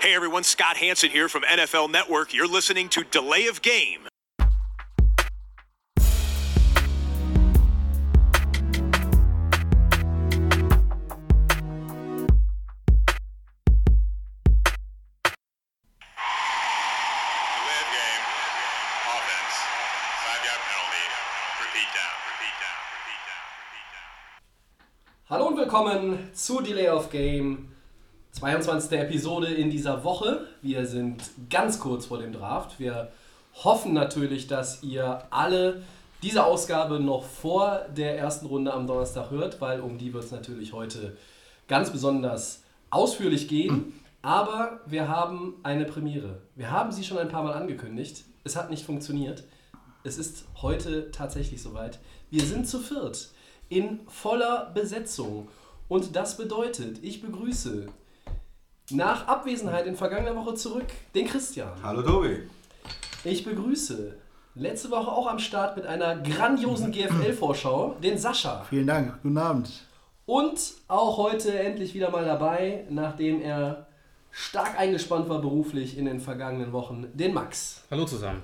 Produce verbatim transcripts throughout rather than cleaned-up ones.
Hey everyone, Scott Hansen here from N F L Network. You're listening to Delay of Game. Hallo und willkommen zu Delay of Game, zweiundzwanzigste Episode in dieser Woche. Wir sind ganz kurz vor dem Draft. Wir hoffen natürlich, dass ihr alle diese Ausgabe noch vor der ersten Runde am Donnerstag hört, weil um die wird es natürlich heute ganz besonders ausführlich gehen. Aber wir haben eine Premiere. Wir haben sie schon ein paar Mal angekündigt. Es hat nicht funktioniert. Es ist heute tatsächlich soweit. Wir sind zu viert. In voller Besetzung. Und das bedeutet, ich begrüße nach Abwesenheit in vergangener Woche zurück den Christian. Hallo Tobi. Ich begrüße letzte Woche auch am Start mit einer grandiosen G F L-Vorschau den Sascha. Vielen Dank, guten Abend. Und auch heute endlich wieder mal dabei, nachdem er stark eingespannt war beruflich in den vergangenen Wochen, den Max. Hallo zusammen.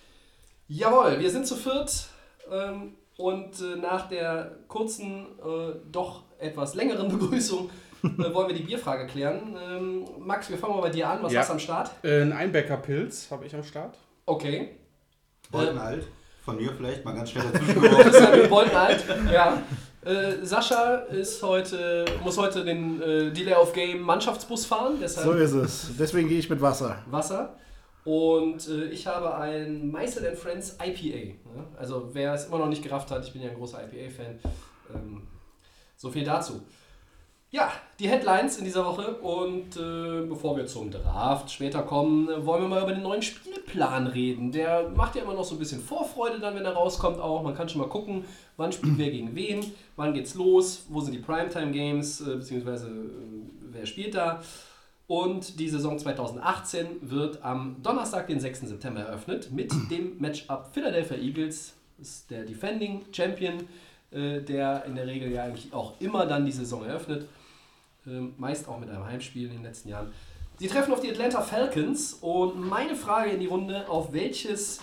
Jawohl, wir sind zu viert. Ähm, Und äh, nach der kurzen, äh, doch etwas längeren Begrüßung äh, wollen wir die Bierfrage klären. Ähm, Max, wir fangen mal bei dir an. Was ja. hast du am Start? Äh, ein Einbäcker-Pilz habe ich am Start. Okay. Bolten äh, alt. Von mir vielleicht mal ganz schnell dazwischen geworfen. Das ist ja Bolten alt. Ja. Äh, Sascha ist heute, muss heute den äh, Delay of Game Mannschaftsbus fahren. Deshalb So ist es. Deswegen gehe ich mit Wasser. Wasser. Und äh, ich habe ein Meisel and Friends I P A. Ne? Also wer es immer noch nicht gerafft hat, ich bin ja ein großer I P A-Fan. Ähm, so viel dazu. Ja, die Headlines in dieser Woche. Und äh, bevor wir zum Draft später kommen, äh, wollen wir mal über den neuen Spielplan reden. Der macht ja immer noch so ein bisschen Vorfreude dann, wenn er rauskommt auch. Man kann schon mal gucken, wann spielt wer gegen wen, wann geht's los, wo sind die Primetime-Games, äh, beziehungsweise äh, wer spielt da. Und die Saison zweitausendachtzehn wird am Donnerstag, den sechsten September eröffnet mit dem Matchup Philadelphia Eagles. Das ist der Defending Champion, äh, der in der Regel ja eigentlich auch immer dann die Saison eröffnet. Ähm, meist auch mit einem Heimspiel in den letzten Jahren. Sie treffen auf die Atlanta Falcons und meine Frage in die Runde, auf welches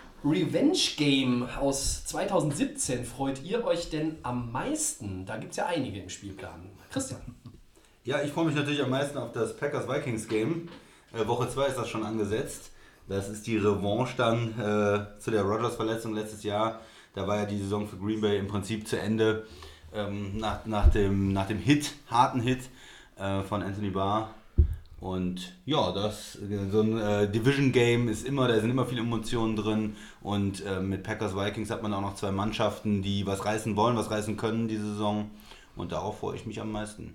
Revenge-Game aus zweitausendsiebzehn freut ihr euch denn am meisten? Da gibt es ja einige im Spielplan. Christian. Ja, ich freue mich natürlich am meisten auf das Packers-Vikings-Game. Äh, Woche zwei ist das schon angesetzt. Das ist die Revanche dann äh, zu der Rodgers-Verletzung letztes Jahr. Da war ja die Saison für Green Bay im Prinzip zu Ende. Ähm, nach, nach, dem, nach dem Hit, harten Hit äh, von Anthony Barr. Und ja, das, so ein äh, Division-Game ist immer, da sind immer viele Emotionen drin. Und äh, mit Packers-Vikings hat man auch noch zwei Mannschaften, die was reißen wollen, was reißen können diese Saison. Und darauf freue ich mich am meisten.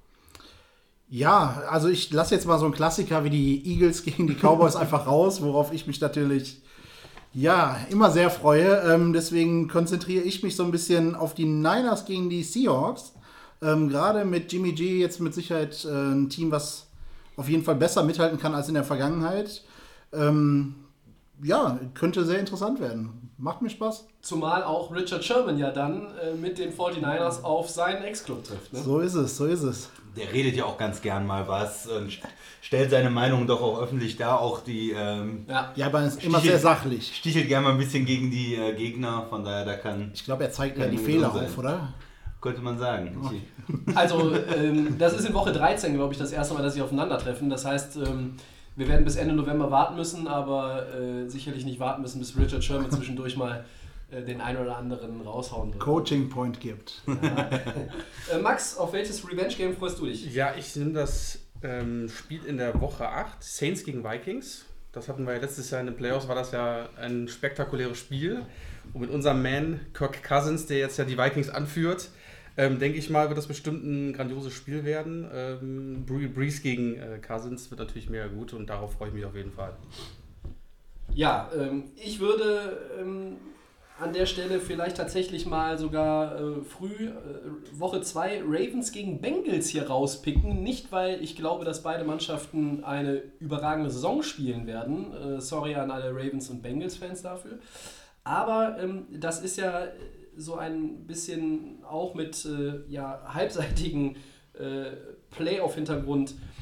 Ja, also ich lasse jetzt mal so einen Klassiker wie die Eagles gegen die Cowboys einfach raus, worauf ich mich natürlich ja immer sehr freue. Ähm, deswegen konzentriere ich mich so ein bisschen auf die Niners gegen die Seahawks. Ähm, Gerade mit Jimmy G jetzt mit Sicherheit äh, ein Team, was auf jeden Fall besser mithalten kann als in der Vergangenheit. Ähm, ja, könnte sehr interessant werden. Macht mir Spaß. Zumal auch Richard Sherman ja dann äh, mit den forty-niners auf seinen Ex-Club trifft. Ne? So ist es, so ist es. Der redet ja auch ganz gern mal was und stellt seine Meinung doch auch öffentlich dar. Auch die ähm, Ja, ja, aber es ist immer sehr sachlich. Stichelt gerne mal ein bisschen gegen die äh, Gegner, von daher da kann. Ich glaube, er zeigt ja kann die nur Fehler sein. auf, oder? Könnte man sagen. Oh. also ähm, das ist in Woche dreizehn, glaube ich, das erste Mal, dass sie aufeinandertreffen. Das heißt, ähm, wir werden bis Ende November warten müssen, aber äh, sicherlich nicht warten müssen, bis Richard Sherman zwischendurch mal äh, den einen oder anderen raushauen wird. Coaching Point gibt. Ja. äh, Max, auf welches Revenge-Game freust du dich? Ja, ich nehme das ähm, Spiel in der Woche acht, Saints gegen Vikings. Das hatten wir ja letztes Jahr in den Playoffs, war das ja ein spektakuläres Spiel. Und mit unserem Man Kirk Cousins, der jetzt ja die Vikings anführt, ähm, denke ich mal, wird das bestimmt ein grandioses Spiel werden. Ähm, Breeze gegen äh, Cousins wird natürlich mega gut und darauf freue ich mich auf jeden Fall. Ja, ähm, ich würde ähm, an der Stelle vielleicht tatsächlich mal sogar äh, früh äh, Woche zwei Ravens gegen Bengals hier rauspicken. Nicht, weil ich glaube, dass beide Mannschaften eine überragende Saison spielen werden. Äh, sorry an alle Ravens- und Bengals-Fans dafür. Aber ähm, das ist ja so ein bisschen auch mit äh, ja, halbseitigen äh, Playoff-Hintergrund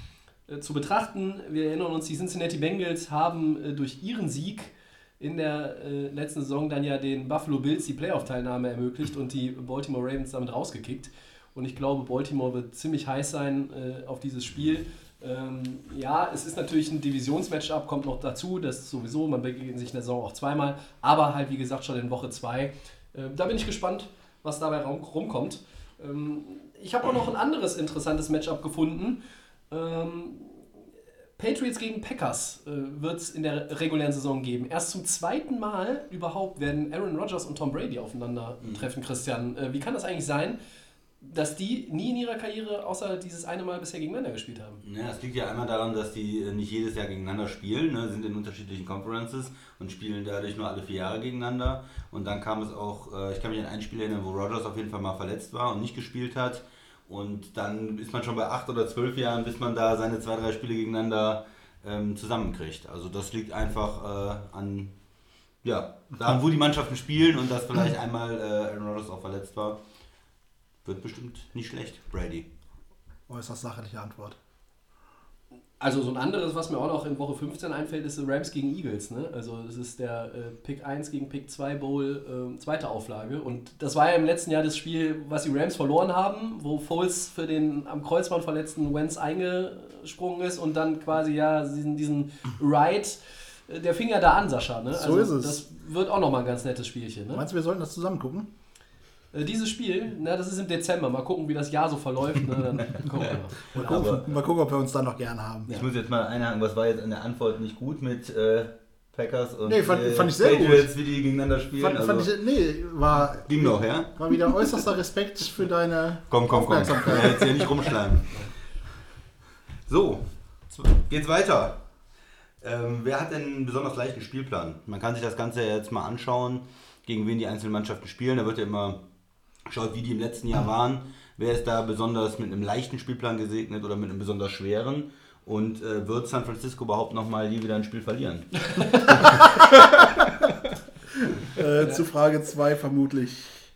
äh, zu betrachten. Wir erinnern uns, die Cincinnati Bengals haben äh, durch ihren Sieg in der äh, letzten Saison dann ja den Buffalo Bills die Playoff-Teilnahme ermöglicht und die Baltimore Ravens damit rausgekickt. Und ich glaube, Baltimore wird ziemlich heiß sein äh, auf dieses Spiel. Ähm, ja, es ist natürlich ein Divisionsmatchup, kommt noch dazu, das ist sowieso, man begegnet sich in der Saison auch zweimal, aber halt wie gesagt schon in Woche zwei. Äh, da bin ich gespannt, was dabei rum, rumkommt. Ähm, ich habe auch noch ein anderes interessantes Matchup gefunden. Ähm, Patriots gegen Packers äh, wird es in der regulären Saison geben. Erst zum zweiten Mal überhaupt werden Aaron Rodgers und Tom Brady aufeinander mhm. treffen, Christian. Äh, wie kann das eigentlich sein, dass die nie in ihrer Karriere außer dieses eine Mal bisher gegeneinander gespielt haben? Ja, es liegt ja einmal daran, dass die nicht jedes Jahr gegeneinander spielen, ne, sind in unterschiedlichen Conferences und spielen dadurch nur alle vier Jahre gegeneinander. Und dann kam es auch, äh, ich kann mich an ein Spiel erinnern, wo Rodgers auf jeden Fall mal verletzt war und nicht gespielt hat. Und dann ist man schon bei acht oder zwölf Jahren, bis man da seine zwei, drei Spiele gegeneinander ähm, zusammenkriegt. Also das liegt einfach äh, an, ja, daran, wo die Mannschaften spielen und dass vielleicht einmal äh, Aaron Rodgers auch verletzt war. Wird bestimmt nicht schlecht, Brady. Äußerst sachliche Antwort. Also so ein anderes, was mir auch noch in Woche fünfzehn einfällt, ist Rams gegen Eagles. Ne? Also das ist der äh, Pick eins gegen Pick zwei Bowl, äh, zweite Auflage. Und das war ja im letzten Jahr das Spiel, was die Rams verloren haben, wo Foles für den am Kreuzband verletzten Wentz eingesprungen ist und dann quasi ja diesen, diesen Ride, äh, der fing ja da an, Sascha. Ne? So also, ist es. Das wird auch nochmal ein ganz nettes Spielchen. Ne? Meinst du, wir sollten das zusammen gucken? Dieses Spiel, na, das ist im Dezember. Mal gucken, wie das Jahr so verläuft. Ne? Dann gucken wir mal. Mal gucken, Aber mal gucken, ob wir uns da noch gerne haben. ich muss jetzt mal einhaken, was war jetzt an der Antwort nicht gut mit äh, Packers und Nee, fand- äh, fand ich sehr Patriots, wie die gegeneinander spielen? Fand, fand also, ich, nee, war, ging noch, ja? war wieder äußerster Respekt für deine Komm, komm, komm. Aufmerksamkeit. Ja, jetzt hier nicht rumschleimen. So, geht's weiter. Ähm, wer hat denn einen besonders leichten Spielplan? Man kann sich das Ganze jetzt mal anschauen, gegen wen die einzelnen Mannschaften spielen. Da wird ja immer geschaut, wie die im letzten Jahr waren. Wer ist da besonders mit einem leichten Spielplan gesegnet oder mit einem besonders schweren? Und äh, wird San Francisco überhaupt nochmal je wieder ein Spiel verlieren? Äh, zu Frage zwei vermutlich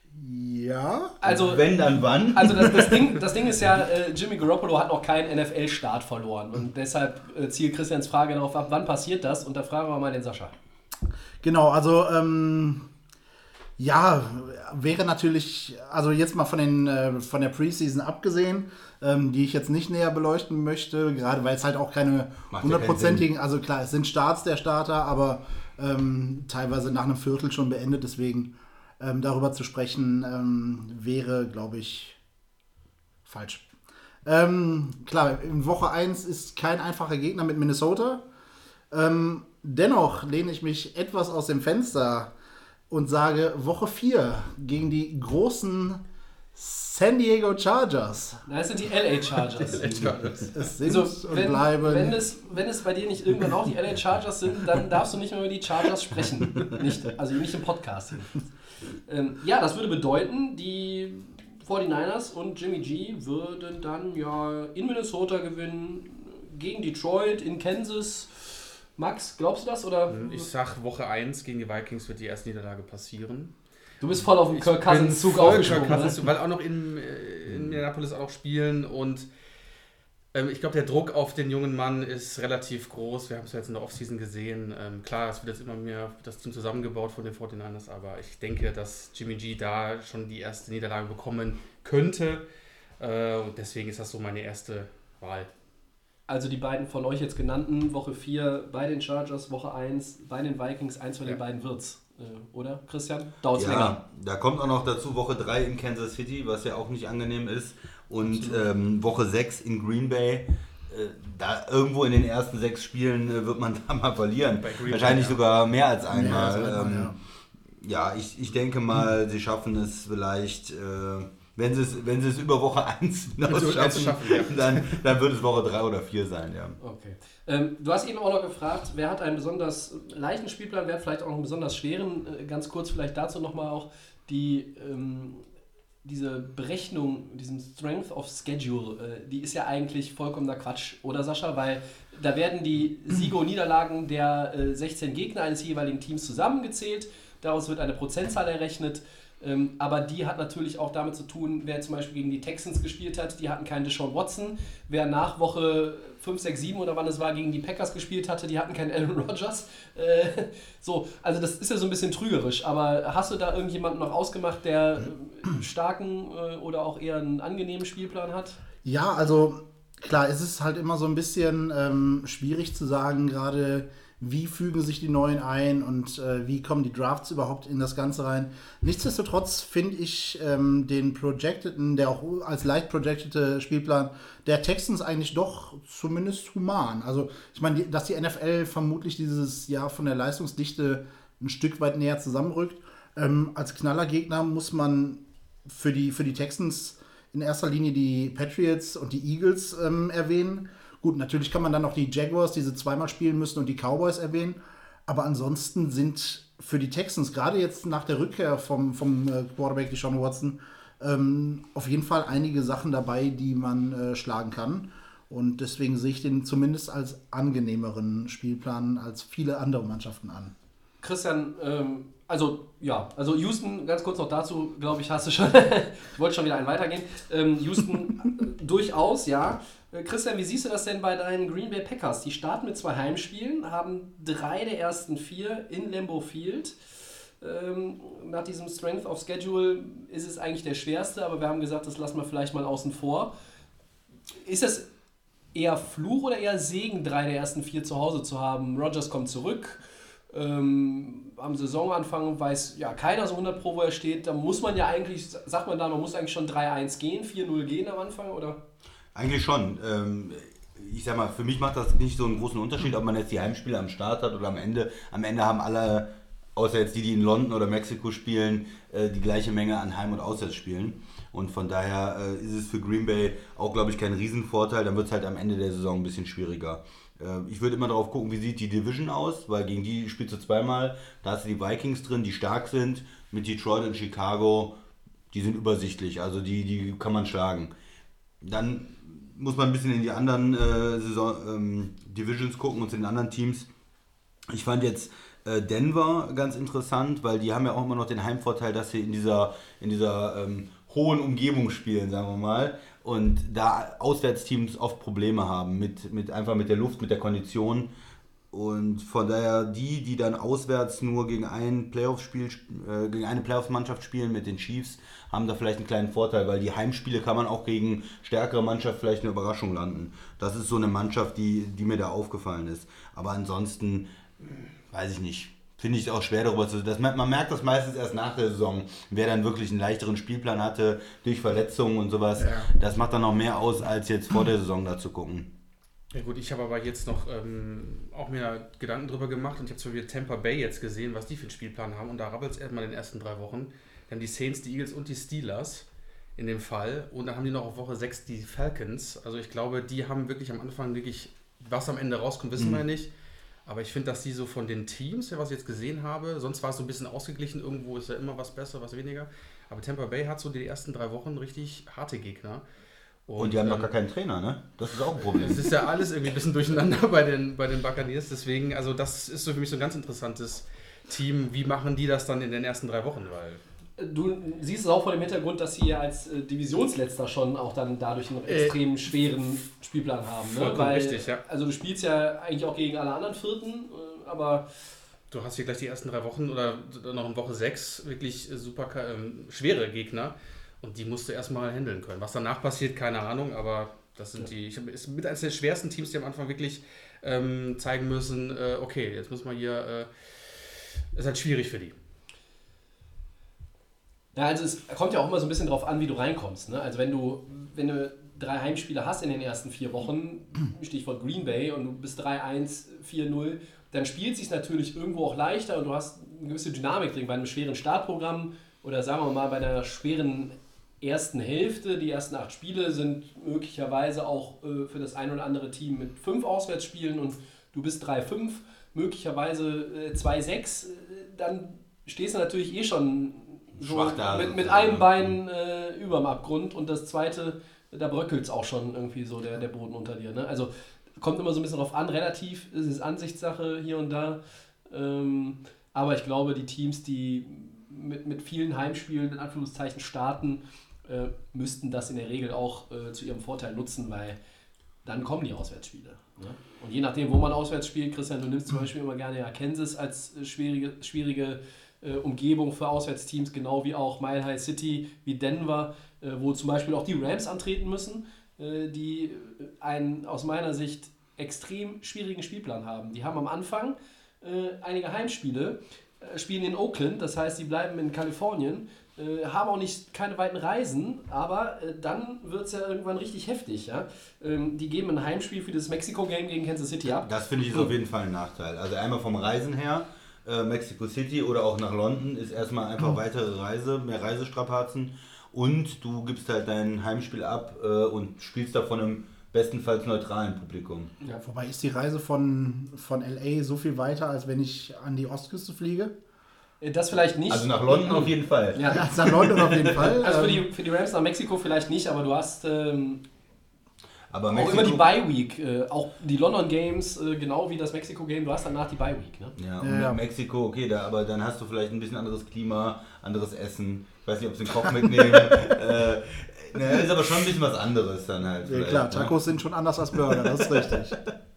ja. Also, Wenn, dann wann? Also das, das, Ding, das Ding ist ja, äh, Jimmy Garoppolo hat noch keinen N F L-Start verloren. Und deshalb äh, zielt Christians Frage darauf ab, wann passiert das? Und da fragen wir mal den Sascha. Genau, also ähm, ja, wäre natürlich, also jetzt mal von, den, äh, von der Preseason abgesehen, ähm, die ich jetzt nicht näher beleuchten möchte, gerade weil es halt auch keine Macht ja hundertprozentigen, also klar, es sind Starts der Starter, aber ähm, teilweise nach einem Viertel schon beendet, deswegen ähm, darüber zu sprechen, ähm, wäre, glaube ich, falsch. Ähm, klar, in Woche eins ist kein einfacher Gegner mit Minnesota. Ähm, dennoch lehne ich mich etwas aus dem Fenster und sage Woche vier gegen die großen San Diego Chargers. Nein, es sind die L A Chargers. Es sind Also, und wenn, bleiben. wenn, es, wenn es bei dir nicht irgendwann auch die L A Chargers sind, dann darfst du nicht mehr über die Chargers sprechen. Nicht, also nicht im Podcast. Ähm, ja, das würde bedeuten, die forty-niners und Jimmy G würden dann ja in Minnesota gewinnen, gegen Detroit, in Kansas. Max, glaubst du das? Oder? Ich sag, Woche eins gegen die Vikings wird die erste Niederlage passieren. Du bist voll auf dem Kirk Cousins Zug voll aufgesprungen. Kirk Cousins, Ne? weil auch noch in, äh, in Minneapolis auch noch spielen und ähm, ich glaube, der Druck auf den jungen Mann ist relativ groß. Wir haben es ja jetzt in der Offseason gesehen. Ähm, klar, es wird jetzt immer mehr das Team zusammengebaut von den forty-niners, aber ich denke, dass Jimmy G da schon die erste Niederlage bekommen könnte äh, und deswegen ist das so meine erste Wahl. Also die beiden von euch jetzt genannten, Woche vier bei den Chargers, Woche eins bei den Vikings, eins von den Ja. beiden wird's. Äh, oder, Christian? Dauert's Ja, länger? da kommt auch noch dazu Woche drei in Kansas City, was ja auch nicht angenehm ist. Und ähm, Woche sechs in Green Bay. Äh, da irgendwo in den ersten sechs Spielen äh, wird man da mal verlieren. Bei Green Wahrscheinlich Bay, ja. sogar mehr als einmal. Mehr als einmal, ähm, ja. ja, ich, ich denke mal, sie schaffen es vielleicht, äh, wenn, sie es, wenn sie es über Woche eins hinaus Wenn sie es schaffen, schaffen, ja. dann, dann wird es Woche drei oder vier sein. Ja. Okay. Ähm, du hast eben auch noch gefragt, wer hat einen besonders leichten Spielplan, wer hat vielleicht auch einen besonders schweren. Äh, ganz kurz vielleicht dazu nochmal auch die, ähm, diese Berechnung, diesem Strength of Schedule, äh, die ist ja eigentlich vollkommener Quatsch, oder Sascha? Weil da werden die Siege und Niederlagen der äh, sechzehn Gegner eines jeweiligen Teams zusammengezählt, daraus wird eine Prozentzahl errechnet. Ähm, aber die hat natürlich auch damit zu tun, wer zum Beispiel gegen die Texans gespielt hat, die hatten keinen Deshaun Watson. Wer nach Woche fünf, sechs, sieben oder wann es war, gegen die Packers gespielt hatte, die hatten keinen Aaron Rodgers. Äh, so, also das ist ja so ein bisschen trügerisch. Aber hast du da irgendjemanden noch ausgemacht, der einen starken äh, oder auch eher einen angenehmen Spielplan hat? Ja, also klar, es ist halt immer so ein bisschen ähm, schwierig zu sagen, gerade wie fügen sich die Neuen ein und äh, wie kommen die Drafts überhaupt in das Ganze rein. Nichtsdestotrotz finde ich ähm, den projecteden, der auch als leicht projectete Spielplan der Texans eigentlich doch zumindest human. Also ich meine, die, dass die N F L vermutlich dieses Jahr von der Leistungsdichte ein Stück weit näher zusammenrückt. Ähm, als Knallergegner muss man für die, für die Texans in erster Linie die Patriots und die Eagles ähm, erwähnen. Gut, natürlich kann man dann noch die Jaguars, die sie zweimal spielen müssen, und die Cowboys erwähnen. Aber ansonsten sind für die Texans, gerade jetzt nach der Rückkehr vom, vom äh, Quarterback Deshaun Watson, ähm, auf jeden Fall einige Sachen dabei, die man äh, schlagen kann. Und deswegen sehe ich den zumindest als angenehmeren Spielplan als viele andere Mannschaften an. Christian, ähm, also ja, also Houston, ganz kurz noch dazu, glaube ich, hast du schon, ich wollte schon wieder einen weitergehen. Ähm, Houston äh, durchaus, ja. Äh, Christian, wie siehst du das denn bei deinen Green Bay Packers? Die starten mit zwei Heimspielen, haben drei der ersten vier in Lambeau Field. Ähm, nach diesem Strength of Schedule ist es eigentlich der schwerste, aber wir haben gesagt, das lassen wir vielleicht mal außen vor. Ist das eher Fluch oder eher Segen, drei der ersten vier zu Hause zu haben? Rodgers kommt zurück. Ähm, am Saisonanfang weiß ja keiner so hundert Pro, wo er steht. Da muss man ja eigentlich, sagt man da, man muss eigentlich schon drei eins gehen, vier null gehen am Anfang, oder? Eigentlich schon. Ähm, ich sag mal, für mich macht das nicht so einen großen Unterschied, ob man jetzt die Heimspiele am Start hat oder am Ende. Am Ende haben alle, außer jetzt die, die in London oder Mexiko spielen, äh, die gleiche Menge an Heim- und Auswärtsspielen. Und von daher äh, ist es für Green Bay auch, glaube ich, kein Riesenvorteil. Dann wird es halt am Ende der Saison ein bisschen schwieriger. Ich würde immer darauf gucken, wie sieht die Division aus, weil gegen die spielst du zweimal. Da hast du die Vikings drin, die stark sind, mit Detroit und Chicago, die sind übersichtlich, also die, die kann man schlagen. Dann muss man ein bisschen in die anderen äh, Saison, ähm, Divisions gucken und zu den anderen Teams. Ich fand jetzt äh, Denver ganz interessant, weil die haben ja auch immer noch den Heimvorteil, dass sie in dieser, in dieser ähm, hohen Umgebung spielen, sagen wir mal. Und da Auswärtsteams oft Probleme haben, mit, mit einfach mit der Luft, mit der Kondition. Und von daher die, die dann auswärts nur gegen ein Playoff-Spiel, äh, gegen eine Playoff-Mannschaft spielen mit den Chiefs, haben da vielleicht einen kleinen Vorteil, weil die Heimspiele kann man auch gegen stärkere Mannschaft vielleicht eine Überraschung landen. Das ist so eine Mannschaft, die, die mir da aufgefallen ist. Aber ansonsten, weiß ich nicht. Finde ich auch schwer darüber zu das Man merkt das meistens erst nach der Saison, wer dann wirklich einen leichteren Spielplan hatte, durch Verletzungen und sowas. Ja. Das macht dann noch mehr aus, als jetzt vor der Saison da zu gucken. Ja gut, ich habe aber jetzt noch ähm, auch mir Gedanken drüber gemacht und ich habe zum Beispiel Tampa Bay jetzt gesehen, was die für einen Spielplan haben. Und da rabbelt es erstmal in den ersten drei Wochen. Die haben die Saints, die Eagles und die Steelers in dem Fall. Und dann haben die noch auf Woche sechs die Falcons. Also ich glaube, die haben wirklich am Anfang wirklich, was am Ende rauskommt, wissen mhm. wir nicht. Aber ich finde, dass die so von den Teams, was ich jetzt gesehen habe, sonst war es so ein bisschen ausgeglichen, irgendwo ist ja immer was besser, was weniger. Aber Tampa Bay hat so die ersten drei Wochen richtig harte Gegner. Und, und die haben ähm, noch gar keinen Trainer, ne? Das ist auch ein Problem. Es ist ja alles irgendwie ein bisschen durcheinander bei den, bei den Buccaneers. Deswegen, also das ist so für mich so ein ganz interessantes Team. Wie machen die das dann in den ersten drei Wochen? Weil du siehst es auch vor dem Hintergrund, dass sie ja als äh, Divisionsletzter schon auch dann dadurch einen äh, extrem schweren Spielplan haben. Ne? Vollkommen Weil, richtig, ja. Also du spielst ja eigentlich auch gegen alle anderen Vierten, äh, aber... Du hast hier gleich die ersten drei Wochen oder noch in Woche sechs wirklich super äh, schwere Gegner und die musst du erstmal handeln können. Was danach passiert, keine Ahnung, aber das sind ja. die, ich, ist mit eines der schwersten Teams, die am Anfang wirklich ähm, zeigen müssen, äh, okay, jetzt muss man hier, äh, ist halt schwierig für die. Ja, also es kommt ja auch immer so ein bisschen drauf an, wie du reinkommst. Ne? Also wenn du, wenn du drei Heimspiele hast in den ersten vier Wochen, Stichwort Green Bay, und du bist drei eins, vier null, dann spielt es sich natürlich irgendwo auch leichter und du hast eine gewisse Dynamik drin. Bei einem schweren Startprogramm oder sagen wir mal bei einer schweren ersten Hälfte, die ersten acht Spiele sind möglicherweise auch äh, für das ein oder andere Team mit fünf Auswärtsspielen und du bist drei fünf, möglicherweise äh, zwei sechs, äh, dann stehst du natürlich eh schon so mit, mit einem Bein äh, überm Abgrund und das zweite, da bröckelt es auch schon irgendwie so der, der Boden unter dir. Ne? Also kommt immer so ein bisschen drauf an, relativ ist es Ansichtssache hier und da. Ähm, aber ich glaube, die Teams, die mit, mit vielen Heimspielen in Anführungszeichen starten, äh, müssten das in der Regel auch äh, zu ihrem Vorteil nutzen, weil dann kommen die Auswärtsspiele. Ne? Und je nachdem, wo man auswärts spielt, Christian, du nimmst zum Beispiel immer gerne ja Kansas als äh, schwierige, schwierige äh, Umgebung für Auswärtsteams, genau wie auch Mile High City, wie Denver, äh, wo zum Beispiel auch die Rams antreten müssen, äh, die einen aus meiner Sicht extrem schwierigen Spielplan haben. Die haben am Anfang äh, einige Heimspiele, äh, spielen in Oakland, das heißt, sie bleiben in Kalifornien, äh, haben auch nicht keine weiten Reisen, aber äh, dann wird es ja irgendwann richtig heftig. Ja? Ähm, die geben ein Heimspiel für das Mexico-Game gegen Kansas City ab. Das finde ich ist auf jeden Fall ein Nachteil. Also einmal vom Reisen her, äh, Mexico City oder auch nach London ist erstmal einfach weitere Reise, mehr Reisestrapazen und du gibst halt dein Heimspiel ab äh, und spielst da von einem bestenfalls neutralen Publikum. Ja, wobei ist die Reise von, von L A so viel weiter, als wenn ich an die Ostküste fliege? Das vielleicht nicht. Also nach London auf jeden Fall. Ja. Ja, nach London auf jeden Fall. Also für die, für die Rams nach Mexiko vielleicht nicht, aber du hast ähm, Aber auch Mexiko, immer die Bye-Week. Äh, auch die London Games, äh, genau wie das Mexiko-Game, du hast danach die Bye-Week. Ne? Ja, und Ja, ja. Mexiko, okay, da, aber dann hast du vielleicht ein bisschen anderes Klima, anderes Essen. Ich weiß nicht, ob sie den Koch mitnehmen. äh, na, ist aber schon ein bisschen was anderes dann halt. Ja, vielleicht, klar, ne? Tacos sind schon anders als Burger, das ist richtig.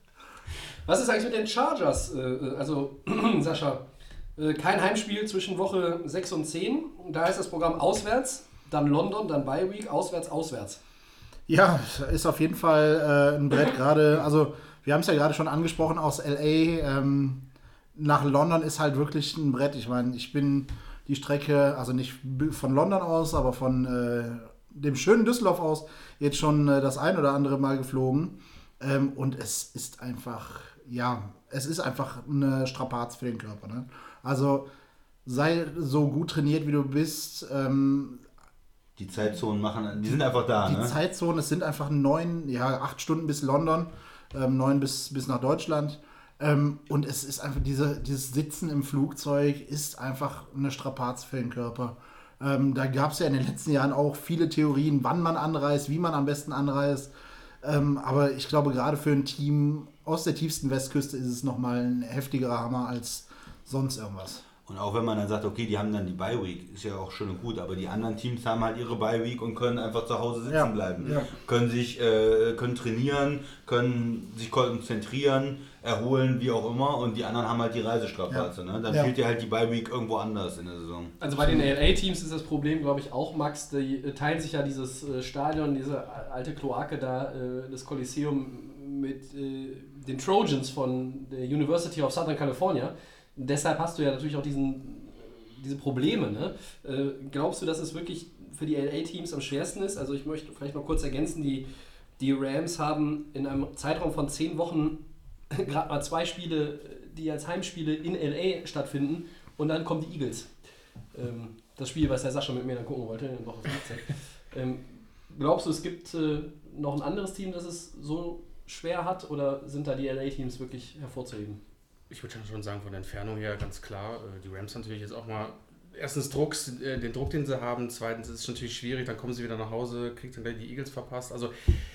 Was ist eigentlich mit den Chargers? Äh, also, Sascha, äh, kein Heimspiel zwischen Woche sechs und zehn. Da ist das Programm auswärts, dann London, dann Bye-Week, auswärts, auswärts. Ja, ist auf jeden Fall äh, ein Brett gerade, also wir haben es ja gerade schon angesprochen aus L A, ähm, nach London ist halt wirklich ein Brett. Ich meine, ich bin die Strecke, also nicht von London aus, aber von äh, dem schönen Düsseldorf aus jetzt schon äh, das ein oder andere Mal geflogen. Ähm, und es ist einfach, ja, es ist einfach eine Strapaz für den Körper. Ne? Also sei so gut trainiert, wie du bist. Ähm, Die Zeitzonen machen, die sind einfach da, die ne? Zeitzonen, es sind einfach neun, ja, acht Stunden bis London, ähm, neun bis, bis nach Deutschland. Ähm, und es ist einfach, diese, dieses Sitzen im Flugzeug ist einfach eine Strapaz für den Körper. Ähm, da gab es ja in den letzten Jahren auch viele Theorien, wann man anreist, wie man am besten anreist. Ähm, aber ich glaube, gerade für ein Team aus der tiefsten Westküste ist es nochmal ein heftigerer Hammer als sonst irgendwas. Und auch wenn man dann sagt, okay, die haben dann die Bye-Week, ist ja auch schön und gut, aber die anderen Teams haben halt ihre Bye-Week und können einfach zu Hause sitzen Ja, bleiben. ja. Können sich, äh, können trainieren, können sich konzentrieren, erholen, wie auch immer, und die anderen haben halt die Reisestrapaze. Ne? Dann Ja. fehlt dir halt die Bye-Week irgendwo anders in der Saison. Also bei den L A-Teams ist das Problem, glaube ich, auch, Max, die äh, teilen sich ja dieses äh, Stadion, diese alte Kloake da, äh, das Kolosseum mit äh, den Trojans von der University of Southern California. Deshalb hast du ja natürlich auch diesen, diese Probleme. Ne? Äh, glaubst du, dass es wirklich für die L A-Teams am schwersten ist? Also ich möchte vielleicht noch kurz ergänzen, die, die Rams haben in einem Zeitraum von zehn Wochen gerade mal zwei Spiele, die als Heimspiele in L A stattfinden, und dann kommen die Eagles. Ähm, das Spiel, was der Sascha mit mir dann gucken wollte, in Woche fünfzehn. ähm, glaubst du, es gibt äh, noch ein anderes Team, das es so schwer hat, oder sind da die L A-Teams wirklich hervorzuheben? Ich würde schon sagen, von der Entfernung her ganz klar. Die Rams natürlich jetzt auch mal erstens Drucks, den Druck, den sie haben. Zweitens ist es natürlich schwierig, dann kommen sie wieder nach Hause, kriegt dann gleich die Eagles verpasst. Also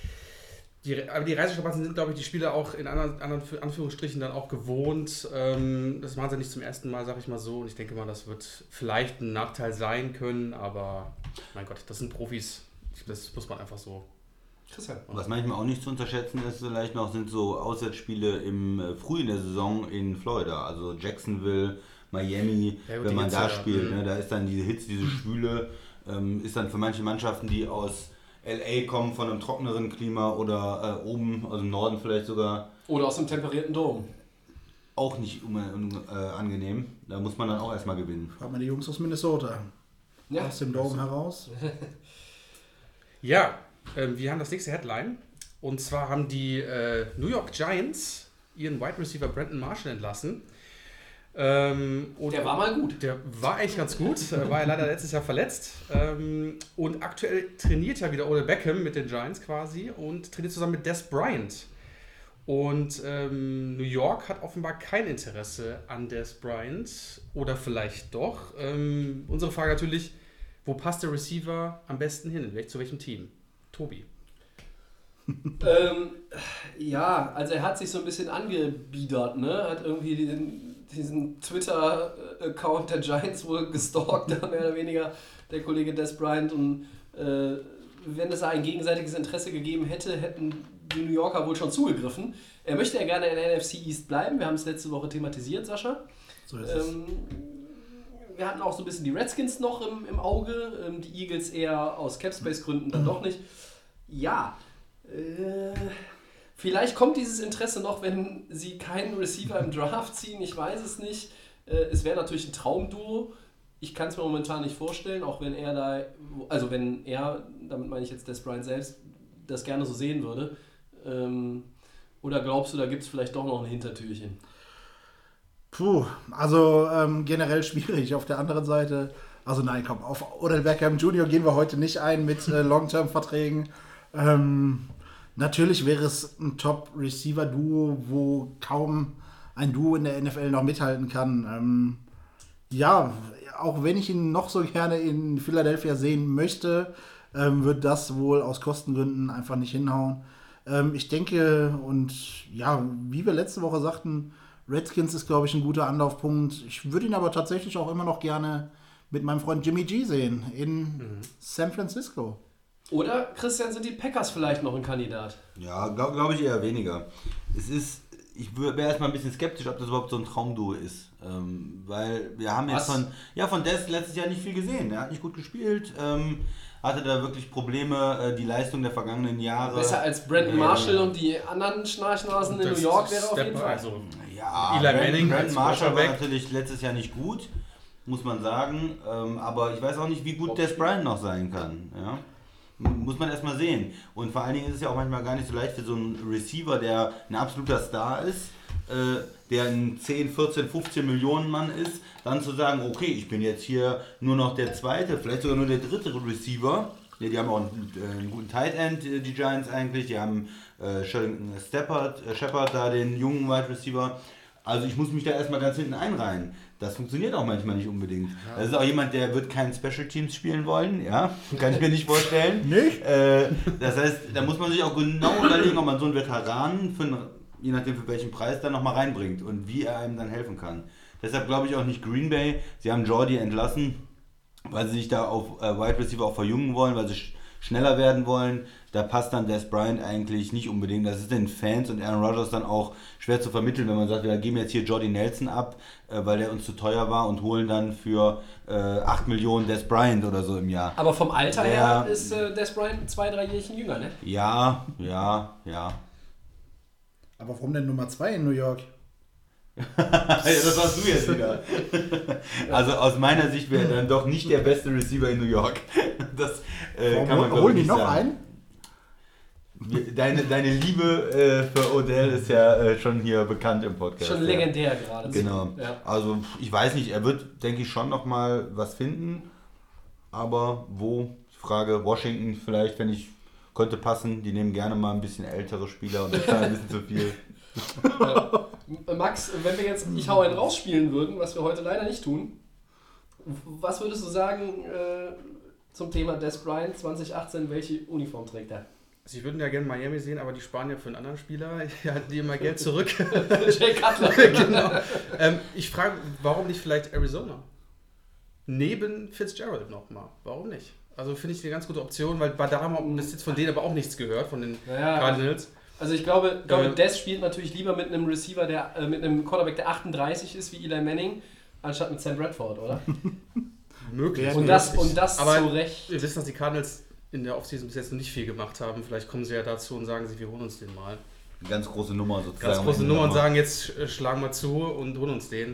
die, aber die Reisestrapazen sind, glaube ich, die Spieler auch in anderen, anderen Anführungsstrichen dann auch gewohnt. Das machen sie nicht zum ersten Mal, sage ich mal so. Und ich denke mal, das wird vielleicht ein Nachteil sein können, aber mein Gott, das sind Profis. Das muss man einfach so. Christian. Was manchmal auch nicht zu unterschätzen ist, vielleicht noch, sind so Auswärtsspiele im äh, früh in der Saison in Florida, also Jacksonville, Miami, Ja, gut, wenn die man Hitze, da ja. spielt, Mhm. ne, da ist dann diese Hitze, diese Schwüle, ähm, ist dann für manche Mannschaften, die aus L A kommen, von einem trockeneren Klima oder äh, oben, also im Norden vielleicht sogar, Oder aus dem temperierten Dom. auch nicht um, äh, angenehm. Da muss man dann auch erstmal gewinnen. Frag mal die Jungs aus Minnesota. Ja. Aus dem Dome heraus. Ja, ähm, wir haben das nächste Headline. Und zwar haben die äh, New York Giants ihren Wide Receiver Brandon Marshall entlassen. Ähm, und Der war mal gut. Der war eigentlich ganz gut. Er war ja leider letztes Jahr verletzt. Ähm, und aktuell trainiert ja wieder Odell Beckham mit den Giants quasi und trainiert zusammen mit Des Bryant. Und ähm, New York hat offenbar kein Interesse an Des Bryant. Oder vielleicht doch. Ähm, unsere Frage natürlich, wo passt der Receiver am besten hin? Zu welchem Team? Tobi. ähm, ja, also er hat sich so ein bisschen angebiedert, ne? Hat irgendwie den, diesen Twitter-Account der Giants wohl gestalkt, mehr oder weniger, der Kollege Des Bryant. Und äh, wenn es ein gegenseitiges Interesse gegeben hätte, hätten die New Yorker wohl schon zugegriffen. Er möchte ja gerne in der N F C East bleiben. Wir haben es letzte Woche thematisiert, Sascha. So ist es. Ähm, wir hatten auch so ein bisschen die Redskins noch im, im Auge, ähm, die Eagles eher aus Capspace-Gründen dann doch nicht. Ja, äh, vielleicht kommt dieses Interesse noch, wenn sie keinen Receiver im Draft ziehen, ich weiß es nicht. Äh, es wäre natürlich ein Traumduo. Ich kann es mir momentan nicht vorstellen, auch wenn er da, also wenn er, damit meine ich jetzt Des Bryant selbst, das gerne so sehen würde. Ähm, oder glaubst du, da gibt es vielleicht doch noch ein Hintertürchen? Puh, also ähm, generell schwierig. Auf der anderen Seite, also nein, komm, auf Odell Beckham Junior gehen wir heute nicht ein mit äh, Long-Term-Verträgen. Ähm, natürlich wäre es ein Top-Receiver-Duo, wo kaum ein Duo in der N F L noch mithalten kann. Ähm, ja, auch wenn ich ihn noch so gerne in Philadelphia sehen möchte, ähm, wird das wohl aus Kostengründen einfach nicht hinhauen. Ähm, ich denke, und ja, wie wir letzte Woche sagten, Redskins ist, glaube ich, ein guter Anlaufpunkt. Ich würde ihn aber tatsächlich auch immer noch gerne mit meinem Freund Jimmy G sehen in mhm. San Francisco. Oder, Christian, sind die Packers vielleicht noch ein Kandidat? Ja, glaube glaub ich eher weniger. Es ist, ich wäre erstmal ein bisschen skeptisch, ob das überhaupt so ein Traumduo ist. Ähm, weil wir haben jetzt Was? von, ja, von Des letztes Jahr nicht viel gesehen. Er hat nicht gut gespielt, ähm, hatte da wirklich Probleme, äh, die Leistung der vergangenen Jahre. Besser als Brandon Marshall und die anderen Schnarchnasen in New York wäre auf jeden Fall. Also, Ja, Eli Brandon, Manning Brandon als Marshall war Quarterback. natürlich letztes Jahr nicht gut, muss man sagen. Ähm, aber ich weiß auch nicht, wie gut Des Bryant noch sein kann. Ja? Muss man erstmal sehen. Und vor allen Dingen ist es ja auch manchmal gar nicht so leicht für so einen Receiver, der ein absoluter Star ist, äh, der ein zehn, vierzehn, fünfzehn Millionen Mann ist, dann zu sagen, okay, ich bin jetzt hier nur noch der zweite, vielleicht sogar nur der dritte Receiver. Ja, die haben auch einen, äh, einen guten Tight End, die Giants eigentlich. Die haben äh, Sheldon Shepard, äh, Shepard da, den jungen Wide Receiver. Also ich muss mich da erstmal ganz hinten einreihen. Das funktioniert auch manchmal nicht unbedingt. Ja. Das ist auch jemand, der wird keinen Special Teams spielen wollen, ja, kann ich mir nicht vorstellen. Nicht? Äh, das heißt, da muss man sich auch genau überlegen, ob man so einen Veteranen, für einen, je nachdem für welchen Preis, dann nochmal reinbringt und wie er einem dann helfen kann. Deshalb glaube ich auch nicht Green Bay. Sie haben Jordy entlassen, weil sie sich da auf äh, Wide Receiver auch verjüngen wollen, weil sie sch- schneller werden wollen. Da passt dann Des Bryant eigentlich nicht unbedingt. Das ist den Fans und Aaron Rodgers dann auch schwer zu vermitteln, wenn man sagt, wir geben jetzt hier Jordy Nelson ab, äh, weil der uns zu teuer war und holen dann für äh, acht Millionen Des Bryant oder so im Jahr. Aber vom Alter Ja. her ist äh, Des Bryant zwei, drei Jährchen jünger, ne? Ja, ja, ja. Aber warum denn Nummer zwei in New York? Das warst du jetzt wieder. Also aus meiner Sicht wäre er dann doch nicht der beste Receiver in New York. Das äh, Warum kann man glaube holen ich die nicht noch sagen. einen? Deine, deine Liebe äh, für Odell ist ja äh, schon hier bekannt im Podcast. Schon ja. legendär gerade. Genau. Ja. Also ich weiß nicht, er wird, denke ich, schon nochmal was finden. Aber wo? Ich frage Washington vielleicht, wenn ich könnte passen. Die nehmen gerne mal ein bisschen ältere Spieler und bezahlen ein bisschen zu viel. Ja. Max, wenn wir jetzt Ich hau einen rausspielen würden, was wir heute leider nicht tun, was würdest du sagen äh, zum Thema Des Bryant zwanzig achtzehn, welche Uniform trägt er? Sie würden ja gerne Miami sehen, aber die sparen ja für einen anderen Spieler. Die halten die immer Geld zurück. Jay Cutler. Genau. Ähm, ich frage, warum nicht vielleicht Arizona? Neben Fitzgerald nochmal. Warum nicht? Also finde ich eine ganz gute Option, weil bei da haben wir bis jetzt von denen aber auch nichts gehört, von den Naja, Cardinals. Also ich glaube, glaube Ähm. Des spielt natürlich lieber mit einem Receiver, der äh, mit einem Quarterback, der achtunddreißig ist, wie Eli Manning, anstatt mit Sam Bradford, oder? Möglich. Und das, und das aber zu Recht. wir wissen, dass die Cardinals in der Offseason bis jetzt noch nicht viel gemacht haben. Vielleicht kommen sie ja dazu und sagen sie, wir holen uns den mal. Eine ganz große Nummer sozusagen. Ganz große Nummer und sagen, jetzt äh, schlagen wir zu und holen uns den.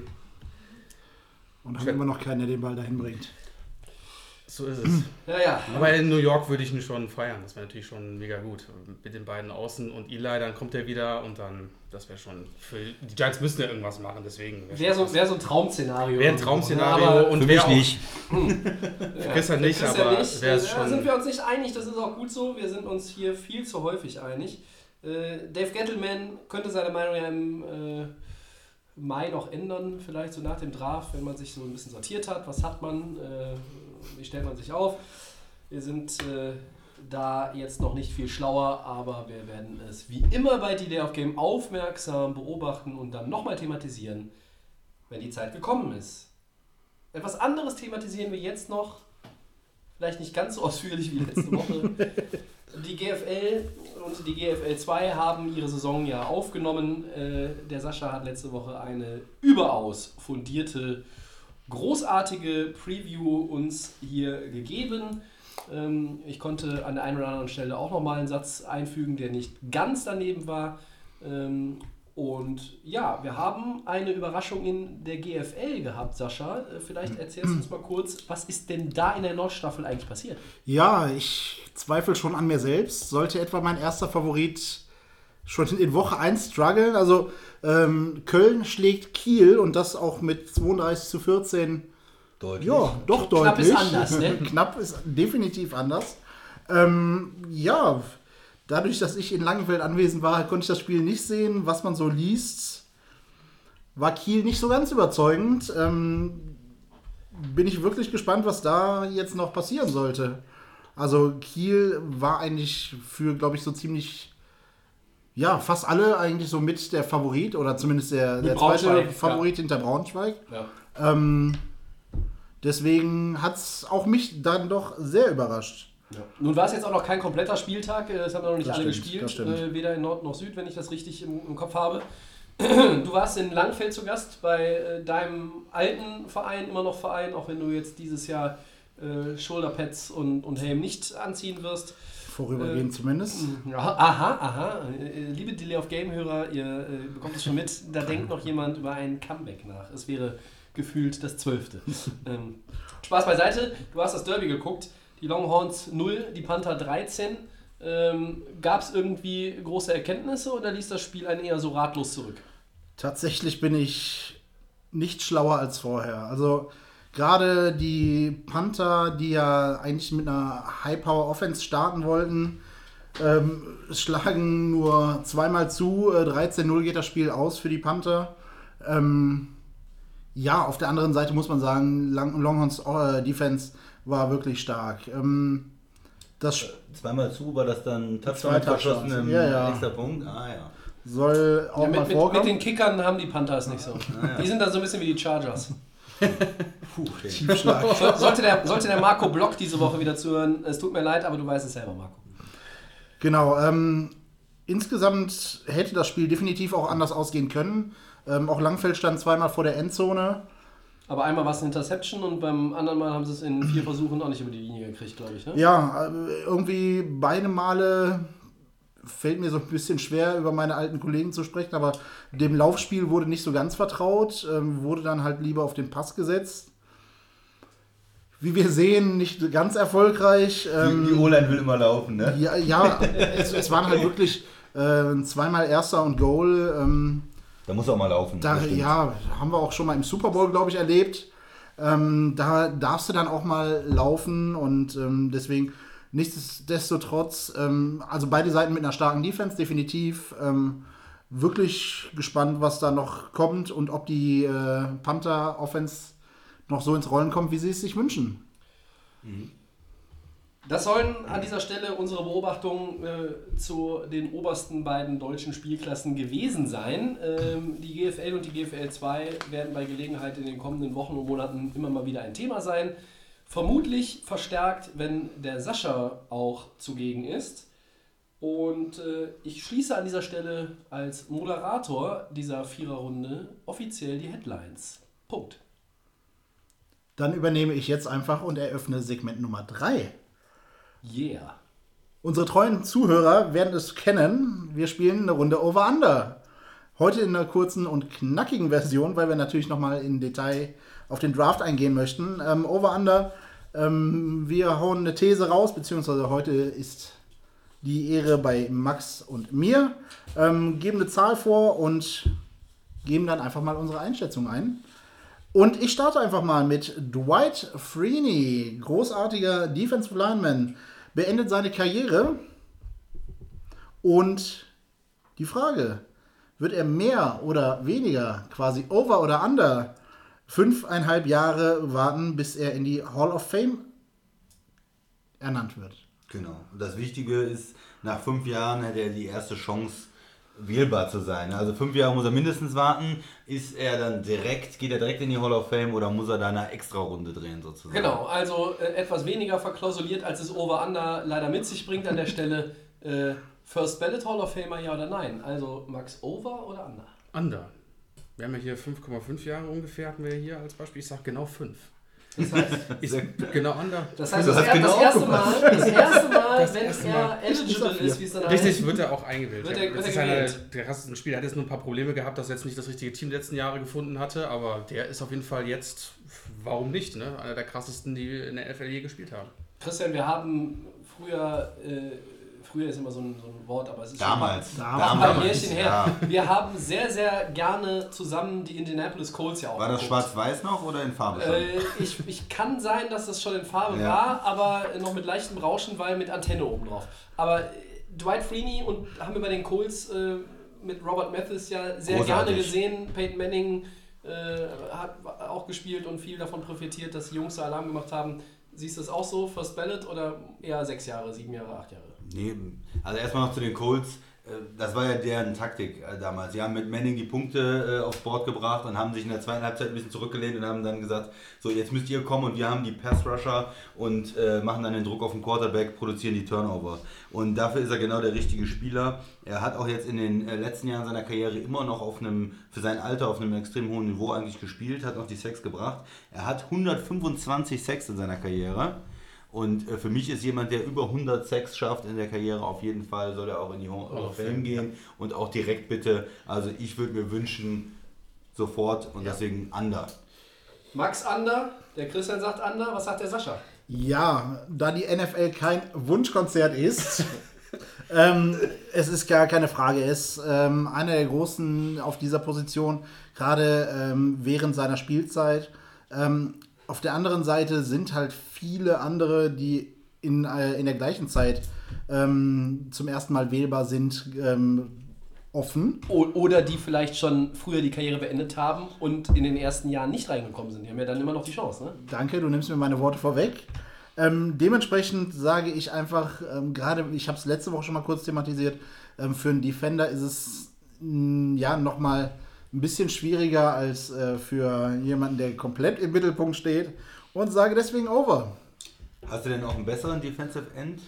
Und haben immer noch keinen, der den Ball dahin bringt. So ist es. Ja, ja. Aber in New York würde ich ihn schon feiern. Das wäre natürlich schon mega gut. Mit den beiden Außen und Eli, dann kommt er wieder und dann, das wäre schon, für die Giants müssen ja irgendwas machen, deswegen. Wäre so, wär so ein Traum-Szenario. Wäre ein Traum-Szenario Aber und für wär mich auch, nicht. Für Christian nicht, Christian aber nicht. wäre es Ja, schon. sind wir uns nicht einig, das ist auch gut so. Wir sind uns hier viel zu häufig einig. Äh, Dave Gettleman könnte seine Meinung ja im äh, Mai noch ändern, vielleicht so nach dem Draft, wenn man sich so ein bisschen sortiert hat. Was hat man? Äh, wie stellt man sich auf? Wir sind äh, da jetzt noch nicht viel schlauer, aber wir werden es wie immer bei Delay of Game aufmerksam beobachten und dann nochmal thematisieren, wenn die Zeit gekommen ist. Etwas anderes thematisieren wir jetzt noch, vielleicht nicht ganz so ausführlich wie letzte Woche. Die G F L und die G F L zwei haben ihre Saison ja aufgenommen. Der Sascha hat letzte Woche eine überaus fundierte, großartige Preview uns hier gegeben. Ich konnte an der einen oder anderen Stelle auch nochmal einen Satz einfügen, der nicht ganz daneben war. Und ja, wir haben eine Überraschung in der G F L gehabt, Sascha. Vielleicht erzählst du uns mal kurz, was ist denn da in der Nordstaffel eigentlich passiert? Ja, ich zweifle schon an mir selbst. Sollte etwa mein erster Favorit schon in Woche eins strugglen. Also ähm, Köln schlägt Kiel und das auch mit zweiunddreißig zu vierzehn. Deutlich. Ja, doch Knapp deutlich. ist anders, ne? Knapp ist definitiv anders. Ähm, ja, dadurch, dass ich in Langenfeld anwesend war, konnte ich das Spiel nicht sehen. Was man so liest, war Kiel nicht so ganz überzeugend. Ähm, bin ich wirklich gespannt, was da jetzt noch passieren sollte. Also Kiel war eigentlich für, glaube ich, so ziemlich, ja, fast alle eigentlich so mit der Favorit oder zumindest der, der zweite Favorit ja. hinter Braunschweig. Ja. Ähm, deswegen hat es auch mich dann doch sehr überrascht. Ja. Nun war es jetzt auch noch kein kompletter Spieltag, das haben wir noch nicht das alle stimmt, gespielt, äh, weder in Nord noch Süd, wenn ich das richtig im, im Kopf habe. Du warst in Langfeld zu Gast bei äh, deinem alten Verein, immer noch Verein, auch wenn du jetzt dieses Jahr äh, Shoulderpads und, und Helm nicht anziehen wirst. Vorübergehend äh, zumindest. Ja, aha, aha. Äh, liebe Delay of Game-Hörer, ihr äh, bekommt es schon mit, da denkt noch jemand über ein Comeback nach. Es wäre gefühlt das Zwölfte. ähm, Spaß beiseite, du hast das Derby geguckt. Die Longhorns null, die Panther dreizehn. Ähm, Gab es irgendwie große Erkenntnisse oder ließ das Spiel einen eher so ratlos zurück? Tatsächlich bin ich nicht schlauer als vorher. Also gerade die Panther, die ja eigentlich mit einer High-Power-Offense starten wollten, ähm, schlagen nur zweimal zu. Äh, dreizehn null geht das Spiel aus für die Panther. Ähm, ja, auf der anderen Seite muss man sagen, Long- Longhorns äh, Defense war wirklich stark. Ähm, das Zweimal zu war das dann Touchdown verschossen im ja, ja. nächster Punkt. Ah ja. Soll auch ja, mit, mal mit, vorkommen. mit den Kickern haben die Panthers nicht so. Ah, ja. Die sind da so ein bisschen wie die Chargers. Puh, okay. Tiefschlag. So, sollte, der, sollte der Marco Block diese Woche wieder zuhören, es tut mir leid, aber du weißt es selber, Marco. Genau, ähm, insgesamt hätte das Spiel definitiv auch anders ausgehen können. Ähm, auch Langfeld stand zweimal vor der Endzone. Aber einmal war es eine Interception und beim anderen Mal haben sie es in vier Versuchen auch nicht über die Linie gekriegt, glaube ich. Ne? Ja, äh, irgendwie beide Male fällt mir so ein bisschen schwer, über meine alten Kollegen zu sprechen, aber dem Laufspiel wurde nicht so ganz vertraut, ähm, wurde dann halt lieber auf den Pass gesetzt. Wie wir sehen, nicht ganz erfolgreich. Ähm, Die, die O-Line will immer laufen, ne? Ja, ja es, es waren halt wirklich äh, zweimal Erster und Goal. Ähm, Da muss auch mal laufen. Da, ja, haben wir auch schon mal im Super Bowl, glaube ich, erlebt. Ähm, da darfst du dann auch mal laufen und ähm, deswegen nichtsdestotrotz, ähm, also beide Seiten mit einer starken Defense, definitiv. Ähm, wirklich gespannt, was da noch kommt und ob die äh, Panther-Offense noch so ins Rollen kommt, wie sie es sich wünschen. Mhm. Das sollen an dieser Stelle unsere Beobachtungen äh, zu den obersten beiden deutschen Spielklassen gewesen sein. Ähm, die G F L und die G F L zwei werden bei Gelegenheit in den kommenden Wochen und Monaten immer mal wieder ein Thema sein. Vermutlich verstärkt, wenn der Sascha auch zugegen ist. Und äh, ich schließe an dieser Stelle als Moderator dieser Viererrunde offiziell die Headlines. Punkt. Dann übernehme ich jetzt einfach und eröffne Segment Nummer drei. Yeah. Unsere treuen Zuhörer werden es kennen. Wir spielen eine Runde Over-Under. Heute in einer kurzen und knackigen Version, weil wir natürlich nochmal in Detail auf den Draft eingehen möchten. Ähm, Over-Under, ähm, wir hauen eine These raus, beziehungsweise heute ist die Ehre bei Max und mir. Ähm, geben eine Zahl vor und geben dann einfach mal unsere Einschätzung ein. Und ich starte einfach mal mit Dwight Freeney, großartiger Defensive Lineman, beendet seine Karriere. Und die Frage, wird er mehr oder weniger, quasi over oder under, fünfeinhalb Jahre warten, bis er in die Hall of Fame ernannt wird? Genau. Und das Wichtige ist, nach fünf Jahren hat er die erste Chance, wählbar zu sein. Also fünf Jahre muss er mindestens warten. Ist er dann direkt, geht er direkt in die Hall of Fame oder muss er da eine Extra-Runde drehen sozusagen? Genau, also äh, etwas weniger verklausuliert, als es Over-Under leider mit sich bringt an der Stelle. Äh, First Ballot Hall of Famer, ja oder nein? Also Max, Over oder Under? Under. Wir haben ja hier fünf Komma fünf Jahre ungefähr, hatten wir hier als Beispiel. Ich sage genau fünf. Das heißt, Ist genau Under. das, heißt, Du das, hast er, genau das erste Mal, das erste Mal Das wenn erste er Mal. eligible ist, wie es dann Richtig, heißt. wird er auch eingewählt. Wird er- Ja, wird das er ist einer gewählt. der krassesten Spieler. Er hat jetzt nur ein paar Probleme gehabt, dass er jetzt nicht das richtige Team die letzten Jahre gefunden hatte, aber der ist auf jeden Fall jetzt, warum nicht, ne? Einer der krassesten, die in der N F L je gespielt haben. Christian, wir haben früher, äh, früher ist immer so ein, so ein Wort, aber es ist Damals. schon Damals. ein paar Jährchen her. Ja. Wir haben sehr, sehr gerne zusammen die Indianapolis Colts ja auch War das geguckt. schwarz-weiß noch oder in Farbe schon? Äh, ich, ich kann sein, dass das schon in Farbe Ja. war, aber noch mit leichtem Rauschen, weil mit Antenne oben drauf. Aber äh, Dwight Freeney und haben wir bei den Colts äh, mit Robert Mathis ja sehr Großartig. gerne gesehen. Peyton Manning äh, hat auch gespielt und viel davon profitiert, dass die Jungs da Alarm gemacht haben. Siehst du das auch so, First Ballot oder eher sechs Jahre, sieben Jahre, acht Jahre? Nee, also erstmal noch zu den Colts. Das war ja deren Taktik damals. Sie haben mit Manning die Punkte aufs Board gebracht und haben sich in der zweiten Halbzeit ein bisschen zurückgelehnt und haben dann gesagt, so jetzt müsst ihr kommen und wir haben die Pass-Rusher und äh, machen dann den Druck auf den Quarterback, produzieren die Turnover. Und dafür ist er genau der richtige Spieler. Er hat auch jetzt in den äh, letzten Jahren seiner Karriere immer noch auf einem, für sein Alter auf einem extrem hohen Niveau eigentlich gespielt, hat noch die Sacks gebracht. Er hat hundertfünfundzwanzig Sacks in seiner Karriere. Und äh, für mich ist jemand, der über hundert Sacks schafft in der Karriere, auf jeden Fall soll er auch in die Hall of Fame gehen. Und auch direkt bitte, also ich würde mir wünschen, sofort und deswegen Under. Max Under, der Christian sagt Under, was sagt der Sascha? Ja, da die N F L kein Wunschkonzert ist, ähm, es ist gar keine Frage, er ist ähm, einer der Großen auf dieser Position, gerade ähm, während seiner Spielzeit. Ähm, auf der anderen Seite sind halt viele andere, die in, äh, in der gleichen Zeit ähm, zum ersten Mal wählbar sind, ähm, offen. O- Oder die vielleicht schon früher die Karriere beendet haben und in den ersten Jahren nicht reingekommen sind. Die haben ja dann immer noch die Chance, ne? Danke, du nimmst mir meine Worte vorweg. Ähm, dementsprechend sage ich einfach, ähm, gerade, ich habe es letzte Woche schon mal kurz thematisiert, ähm, für einen Defender ist es mh, ja nochmal ein bisschen schwieriger als äh, für jemanden, der komplett im Mittelpunkt steht, und sage deswegen Over. Hast du denn auch einen besseren Defensive End,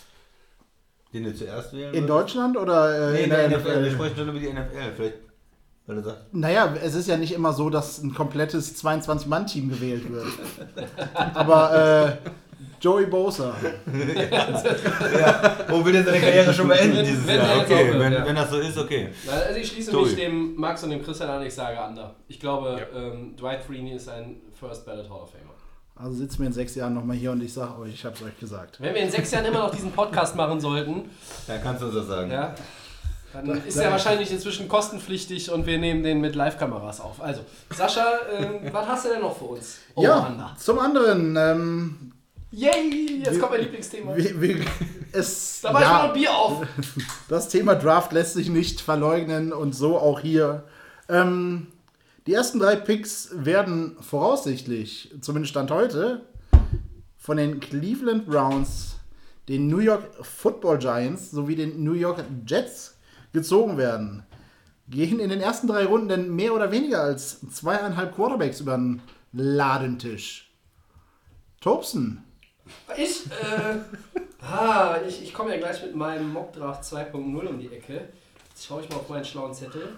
den du zuerst wählen In würdest? Deutschland oder äh, Nee, in der N F L. Wir N F L? sprechen schon über die N F L. Vielleicht, weil du sagst, Naja, es ist ja nicht immer so, dass ein komplettes zweiundzwanzig-Mann-Team gewählt wird. Aber äh, Joey Bosa. oh, will er seine Karriere schon beenden dieses Wenn er Jahr? jetzt Okay, aufhört, wenn, ja. wenn das so ist, okay. Also ich schließe Tobi. mich dem Max und dem Christian an, ich sage Under. Ich glaube, Ja. ähm, Dwight Freeney ist ein First Ballot Hall of Famer. Also sitzen wir in sechs Jahren nochmal hier und ich sage euch, ich habe es euch gesagt. Wenn wir in sechs Jahren immer noch diesen Podcast machen sollten, Dann kannst du uns das sagen. ja, dann ist er wahrscheinlich inzwischen kostenpflichtig und wir nehmen den mit Live-Kameras auf. Also, Sascha, ähm, was hast du denn noch für uns? Ja, Under. zum anderen, ähm, Yay, jetzt Wir- kommt mein Lieblingsthema. wie, wie, es, Da war ich ja, mal noch ein Bier auf. das Thema Draft lässt sich nicht verleugnen und so auch hier. Ähm, die ersten drei Picks werden voraussichtlich, zumindest Stand heute, von den Cleveland Browns, den New York Football Giants sowie den New York Jets gezogen werden. Gehen in den ersten drei Runden denn mehr oder weniger als zweieinhalb Quarterbacks über den Ladentisch. Tobsen. Ich, äh, ah, ich, ich komme ja gleich mit meinem Mockdraft zwei Punkt null um die Ecke. Jetzt schaue ich mal auf meinen schlauen Zettel.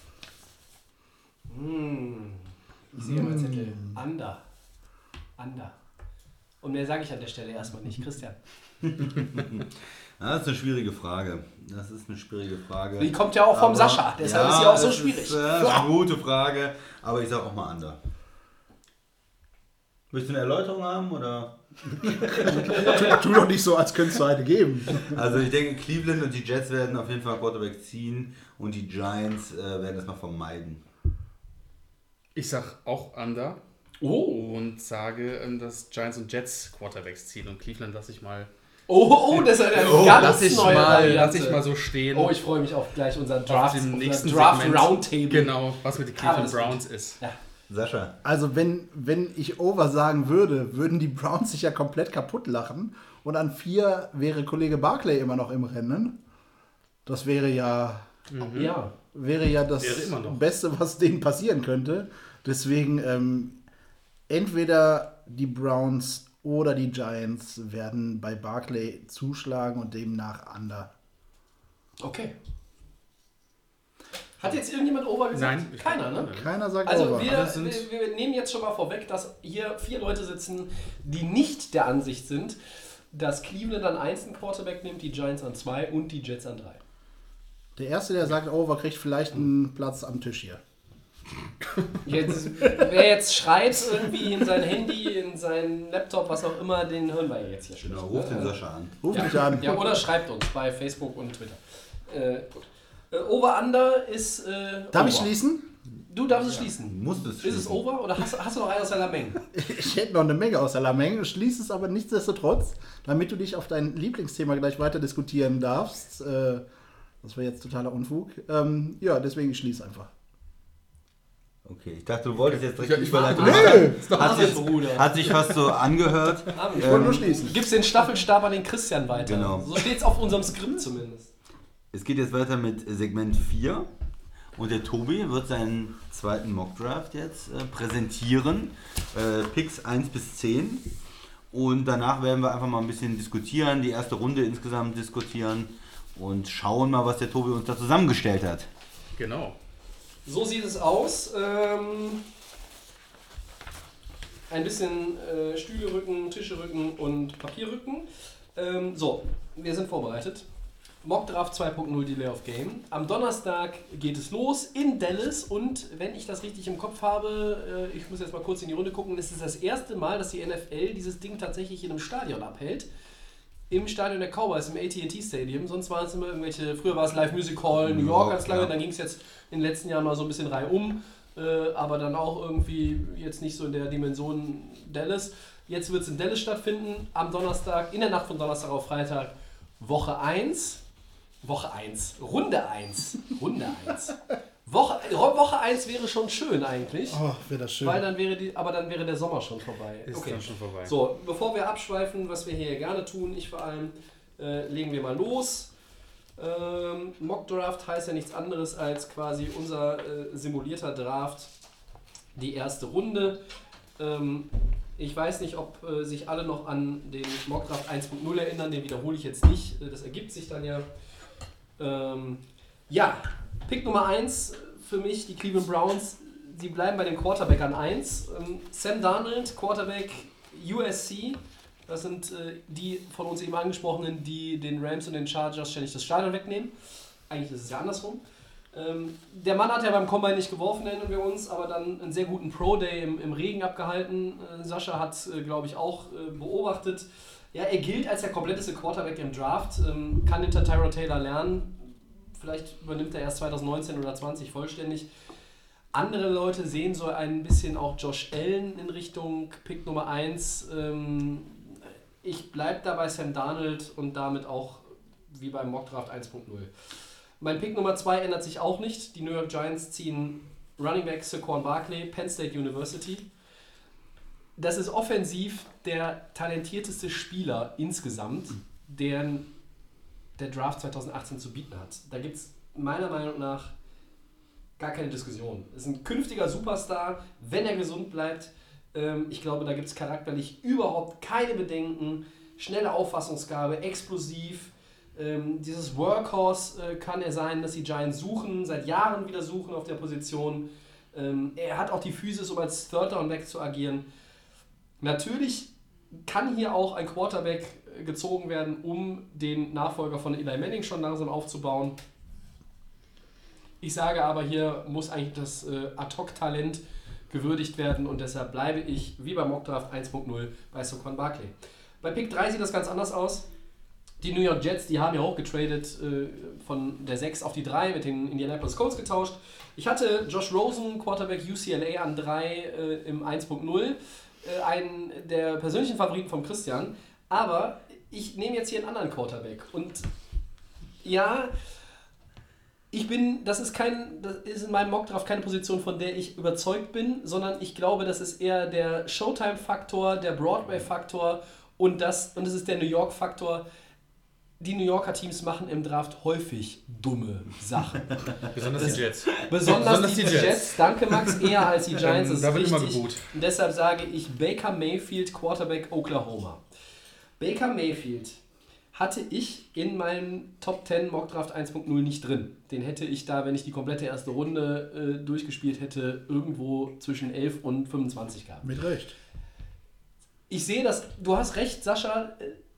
Hm, ich sehe meinen Zettel. Under. Under. Und mehr sage ich an der Stelle erstmal nicht. Christian. Ja, das ist eine schwierige Frage. Das ist eine schwierige Frage. Die kommt ja auch vom Aber- Sascha, deshalb ja, ist sie auch so das schwierig. Ist, äh, das ist eine gute Frage, aber ich sag auch mal Under. Willst du eine Erläuterung haben oder? Tu, tu doch nicht so, als könntest du eine geben. Also ich denke, Cleveland und die Jets werden auf jeden Fall Quarterback ziehen und die Giants äh, werden das mal vermeiden. Ich sag auch Under Oh, und sage, ähm, dass Giants und Jets Quarterbacks ziehen und Cleveland lasse ich mal, oh, oh, das ist eine Oh, ganz lass ich neue mal, Variante. lass ich mal so stehen. Oh, ich freue mich auf gleich unseren auf Draft, dem auf nächsten Draft Segment. Roundtable. Genau, was mit den Ah, Cleveland das ist gut. Browns ist. Ja. Sascha. Also wenn, wenn ich Over sagen würde, würden die Browns sich ja komplett kaputt lachen. Und an vier wäre Kollege Barkley immer noch im Rennen. Das wäre ja, Mhm. Ja. wäre ja das Wäre immer noch. Beste, was denen passieren könnte. Deswegen ähm, entweder die Browns oder die Giants werden bei Barkley zuschlagen und demnach Under. Okay. Hat jetzt irgendjemand Over gesagt? Nein. ich- Keiner, ne? Keiner sagt Also Over. wir, Alle sind- wir, wir nehmen jetzt schon mal vorweg, dass hier vier Leute sitzen, die nicht der Ansicht sind, dass Cleveland an eins einen Quarterback nimmt, die Giants an zwei und die Jets an drei. Der Erste, der sagt Over, kriegt vielleicht einen Platz am Tisch hier. Jetzt, wer jetzt schreit irgendwie in sein Handy, in seinen Laptop, was auch immer, den hören wir jetzt hier schon. Genau, ruft den Sascha an. Ruf Ja. mich an. Ja, oder schreibt uns bei Facebook und Twitter. Äh, gut. Äh, Over-Under ist. Äh, Darf over. ich schließen? Du darfst es schließen. Musst es Ist es schließen. over oder hast, hast du noch einen aus der Lameng? Ich hätte noch eine Menge aus der Lameng, schließe es aber nichtsdestotrotz, damit du dich auf dein Lieblingsthema gleich weiter diskutieren darfst. Äh, das wäre jetzt totaler Unfug. Ähm, ja, deswegen ich schließe einfach. Okay, ich dachte, du wolltest jetzt direkt Ich- Überleitung Nee. machen. Hat Arme, sich, Bruder. hat sich fast so angehört. Arme. Ich wollte nur Ähm, schließen. Gibst den Staffelstab an den Christian weiter. Genau. So steht es auf unserem Skript zumindest. Es geht jetzt weiter mit Segment vier und der Tobi wird seinen zweiten Mockdraft jetzt äh, präsentieren. Äh, Picks eins bis zehn und danach werden wir einfach mal ein bisschen diskutieren, die erste Runde insgesamt diskutieren und schauen mal, was der Tobi uns da zusammengestellt hat. Genau. So sieht es aus. Ähm, ein bisschen äh, Stühlerücken, Tischerücken und Papierrücken. Ähm, so, wir sind vorbereitet. Mockdraft zwei Punkt null Delay of Game. Am Donnerstag geht es los in Dallas und wenn ich das richtig im Kopf habe, äh, ich muss jetzt mal kurz in die Runde gucken, es ist das erste Mal, dass die N F L dieses Ding tatsächlich in einem Stadion abhält. Im Stadion der Cowboys, im A T and T Stadium. Sonst waren es immer irgendwelche, früher war es Live Music Hall, New York ganz lange, Ja. dann ging es jetzt in den letzten Jahren mal so ein bisschen reihum, äh, aber dann auch irgendwie jetzt nicht so in der Dimension Dallas. Jetzt wird es in Dallas stattfinden, am Donnerstag, in der Nacht von Donnerstag auf Freitag, Woche eins. Woche eins, Runde eins, Runde eins. Woche, Woche eins wäre schon schön eigentlich, Oh, wäre das schön. weil dann wäre die, aber dann wäre der Sommer schon vorbei. Ist dann schon vorbei. So, bevor wir abschweifen, was wir hier gerne tun, ich vor allem, äh, legen wir mal los. Ähm, Mock Draft heißt ja nichts anderes als quasi unser äh, simulierter Draft, die erste Runde. Ähm, ich weiß nicht, ob äh, sich alle noch an den Mock Draft eins Punkt null erinnern, den wiederhole ich jetzt nicht, äh, das ergibt sich dann ja. Ähm, ja, Pick Nummer eins für mich, die Cleveland Browns, die bleiben bei den Quarterback an eins. Ähm, Sam Darnold, Quarterback U S C, das sind äh, die von uns eben angesprochenen, die den Rams und den Chargers ständig das Stadion wegnehmen. Eigentlich ist es ja andersrum. Ähm, der Mann hat ja beim Combine nicht geworfen, erinnern wir uns, aber dann einen sehr guten Pro-Day im, im Regen abgehalten. Äh, Sascha hat, äh, glaube ich, auch äh, beobachtet. Ja, er gilt als der kompletteste Quarterback im Draft, ähm, kann hinter Tyrod Taylor lernen. Vielleicht übernimmt er erst zwanzig neunzehn oder zwanzig vollständig. Andere Leute sehen so ein bisschen auch Josh Allen in Richtung Pick Nummer eins. Ähm, ich bleibe da bei Sam Darnold und damit auch wie beim Mockdraft eins Punkt null. Mein Pick Nummer zwei ändert sich auch nicht. Die New York Giants ziehen Running Back Saquon Barkley, Penn State University. Das ist offensiv der talentierteste Spieler insgesamt, den der Draft zwanzig achtzehn zu bieten hat. Da gibt es meiner Meinung nach gar keine Diskussion. Ist ein künftiger Superstar, wenn er gesund bleibt. Ähm, ich glaube, da gibt es charakterlich überhaupt keine Bedenken. Schnelle Auffassungsgabe, explosiv. Ähm, dieses Workhorse äh, kann er sein, dass die Giants suchen, seit Jahren wieder suchen auf der Position. Ähm, er hat auch die Physis, um als Third Down Back zu agieren. Natürlich kann hier auch ein Quarterback gezogen werden, um den Nachfolger von Eli Manning schon langsam aufzubauen. Ich sage aber, hier muss eigentlich das äh, Ad-Hoc-Talent gewürdigt werden und deshalb bleibe ich, wie beim Mockdraft eins Punkt null, bei Saquon Barkley. Bei Pick drei sieht das ganz anders aus. Die New York Jets, die haben ja auch getradet äh, von der sechs auf die drei, mit den Indianapolis Colts getauscht. Ich hatte Josh Rosen, Quarterback U C L A, an drei äh, im eins Punkt null. Äh, einen der persönlichen Favoriten von Christian. Aber ich nehme jetzt hier einen anderen Quarterback. Und ja, Ich bin, das ist kein, das ist in meinem Mockdraft keine Position, von der ich überzeugt bin, sondern ich glaube, das ist eher der Showtime-Faktor, der Broadway-Faktor und das, und es ist der New York-Faktor. Die New Yorker Teams machen im Draft häufig dumme Sachen. Besonders das, die Jets. Besonders, besonders die, die Jets. Jets. Danke Max, eher als die Giants. Das da ist wird immer richtig. gut. Und deshalb sage ich Baker Mayfield, Quarterback Oklahoma. Baker Mayfield hatte ich in meinem Top zehn Mockdraft eins Punkt null nicht drin. Den hätte ich da, wenn ich die komplette erste Runde äh, durchgespielt hätte, irgendwo zwischen elf und fünfundzwanzig gehabt. Mit Recht. Ich sehe das, du hast recht, Sascha,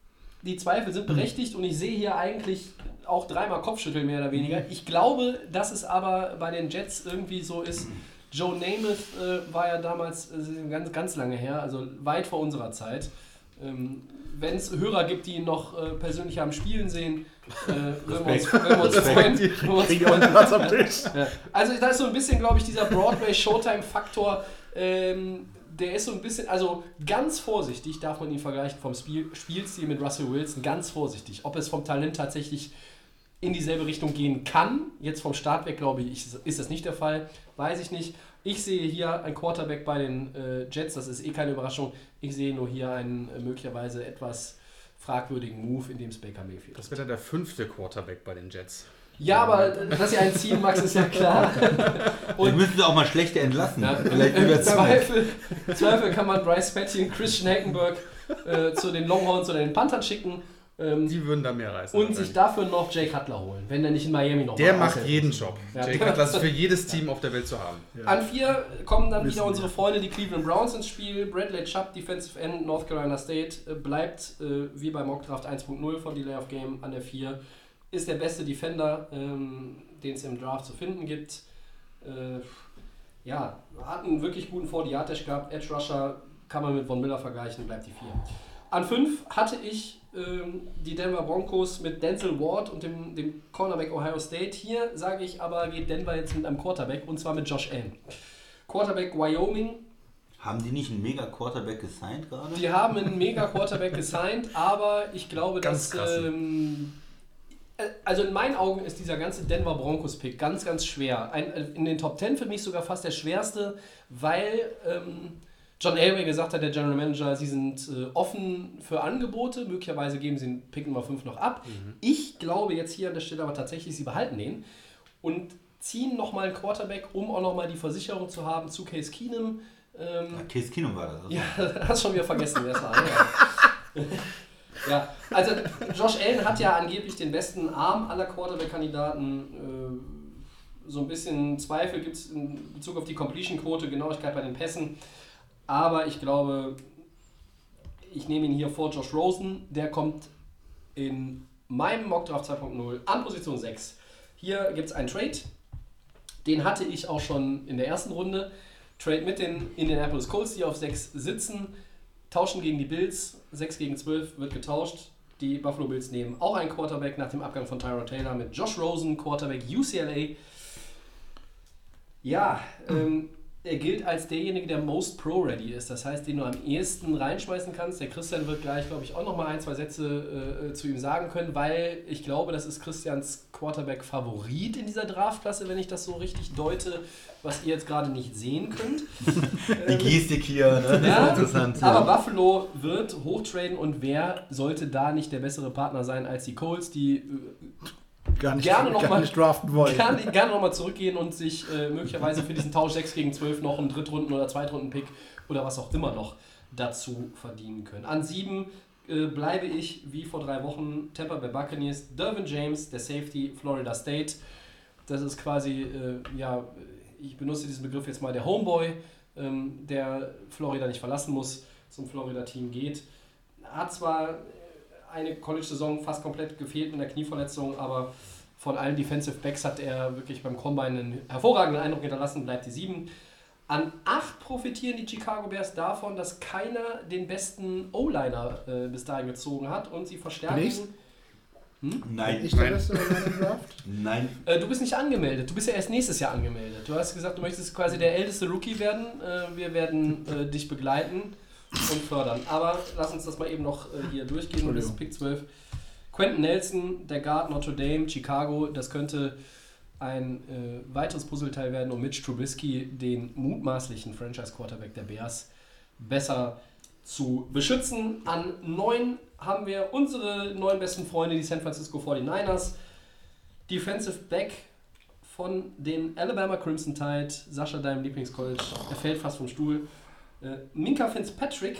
die Zweifel sind berechtigt und ich sehe hier eigentlich auch dreimal Kopfschütteln mehr oder weniger. Ich glaube, dass es aber bei den Jets irgendwie so ist, Joe Namath äh, war ja damals äh, ganz, ganz lange her, also weit vor unserer Zeit. Ähm, Wenn es Hörer gibt, die ihn noch äh, persönlich am Spielen sehen, äh, würden wir uns, würden wir uns freuen. Wir uns freuen. Ja. Also da ist so ein bisschen, glaube ich, dieser Broadway-Showtime-Faktor, ähm, der ist so ein bisschen, also ganz vorsichtig darf man ihn vergleichen vom Spiel, Spielstil mit Russell Wilson, ganz vorsichtig. Ob es vom Talent tatsächlich in dieselbe Richtung gehen kann, jetzt vom Start weg, glaube ich, ist das nicht der Fall, weiß ich nicht. Ich sehe hier einen Quarterback bei den äh, Jets, das ist eh keine Überraschung. Ich sehe nur hier einen äh, möglicherweise etwas fragwürdigen Move, in dem es Baker Mayfield. Das wird dann der fünfte Quarterback bei den Jets. Ja, aber dass sie einen ziehen, Max, ist ja klar. Und müssen sie auch mal schlechte entlassen. Ja, im Zweifel, Zweifel kann man Bryce Petty und Christian Hackenberg äh, zu den Longhorns oder den Panthern schicken. Ähm, die würden da mehr reißen. Und sich dafür noch Jay Cutler holen, wenn der nicht in Miami noch Der macht jeden Job. Ja. Jay Cutler ist für jedes Team auf der Welt zu haben. Ja. An vier kommen dann wieder unsere Freunde, die Cleveland Browns ins Spiel. Bradley Chubb, Defensive End, North Carolina State, bleibt äh, wie bei Mockdraft eins Punkt null von Delay of Game an der vier. Ist der beste Defender, ähm, den es im Draft zu finden gibt. Äh, ja, hat einen wirklich guten vierzig Yard Dash gehabt. Edge Rusher kann man mit Von Miller vergleichen, bleibt die vier. An fünf hatte ich ähm, die Denver Broncos mit Denzel Ward und dem, dem Cornerback Ohio State. Hier sage ich aber, geht Denver jetzt mit einem Quarterback und zwar mit Josh Allen. Quarterback Wyoming. Haben die nicht einen Mega-Quarterback gesigned gerade? Die haben einen Mega-Quarterback gesigned, aber ich glaube, Ganz dass... Ähm, also in meinen Augen ist dieser ganze Denver Broncos-Pick ganz, ganz schwer. Ein, in den Top zehn für mich sogar fast der schwerste, weil ähm, John Elway gesagt hat, der General Manager, sie sind äh, offen für Angebote. Möglicherweise geben sie den Pick Nummer fünf noch ab. Mhm. Ich glaube jetzt hier an der Stelle aber tatsächlich, sie behalten den und ziehen nochmal einen Quarterback, um auch nochmal die Versicherung zu haben zu Case Keenum. Ähm, ja, Case Keenum war das. Also. Ja, hast schon wieder vergessen, wer es war. Ja. Ja, also Josh Allen hat ja angeblich den besten Arm aller Quarterback-Kandidaten. So ein bisschen Zweifel gibt es in Bezug auf die Completion-Quote, Genauigkeit bei den Pässen. Aber ich glaube, ich nehme ihn hier vor Josh Rosen. Der kommt in meinem Mockdraft zwei Punkt null an Position sechs. Hier gibt es einen Trade. Den hatte ich auch schon in der ersten Runde. Trade mit den Indianapolis Colts, die auf sechs sitzen. Tauschen gegen die Bills, sechs gegen zwölf wird getauscht. Die Buffalo Bills nehmen auch einen Quarterback nach dem Abgang von Tyrod Taylor mit Josh Rosen, Quarterback U C L A. Ja, ähm, er gilt als derjenige, der most pro-ready ist. Das heißt, den du am ehesten reinschmeißen kannst. Der Christian wird gleich, glaube ich, auch nochmal ein, zwei Sätze äh, zu ihm sagen können, weil ich glaube, das ist Christians Quarterback-Favorit in dieser Draftklasse, wenn ich das so richtig deute, was ihr jetzt gerade nicht sehen könnt. Die Gestik hier, ne? Ja, Interessant. Aber ja. Buffalo wird hochtraden und wer sollte da nicht der bessere Partner sein als die Colts, die gar nicht, gerne noch gar mal, nicht draften wollen. Gerne, gerne nochmal zurückgehen und sich äh, möglicherweise für diesen Tausch sechs gegen zwölf noch einen Drittrunden- oder Zweitrunden-Pick oder was auch immer noch dazu verdienen können. An sieben äh, bleibe ich, wie vor drei Wochen, Tampa Bay Buccaneers, Derwin James, der Safety, Florida State. Das ist quasi, äh, ja, ich benutze diesen Begriff jetzt mal, der Homeboy, ähm, der Florida nicht verlassen muss, zum Florida-Team geht. Hat zwar eine College-Saison fast komplett gefehlt mit einer Knieverletzung, aber von allen Defensive Backs hat er wirklich beim Combine einen hervorragenden Eindruck hinterlassen, bleibt die sieben. An acht profitieren die Chicago Bears davon, dass keiner den besten O-Liner äh, bis dahin gezogen hat und sie verstärken... Nicht? Hm? Nein. Ich der beste O-Liner im Draft? Nein. Äh, du bist nicht angemeldet, du bist ja erst nächstes Jahr angemeldet. Du hast gesagt, du möchtest quasi der älteste Rookie werden. Äh, wir werden äh, dich begleiten und fördern. Aber lass uns das mal eben noch äh, hier durchgehen. Das ist Pick zwölf. Quentin Nelson, der Guard Notre Dame, Chicago, das könnte ein äh, weiteres Puzzleteil werden, um Mitch Trubisky, den mutmaßlichen Franchise-Quarterback der Bears, besser zu beschützen. An neun haben wir unsere neun besten Freunde, die San Francisco forty-niners. Defensive Back von den Alabama Crimson Tide, Sascha, deinem Lieblingscollege, er fällt fast vom Stuhl. Äh, Minka Fitzpatrick.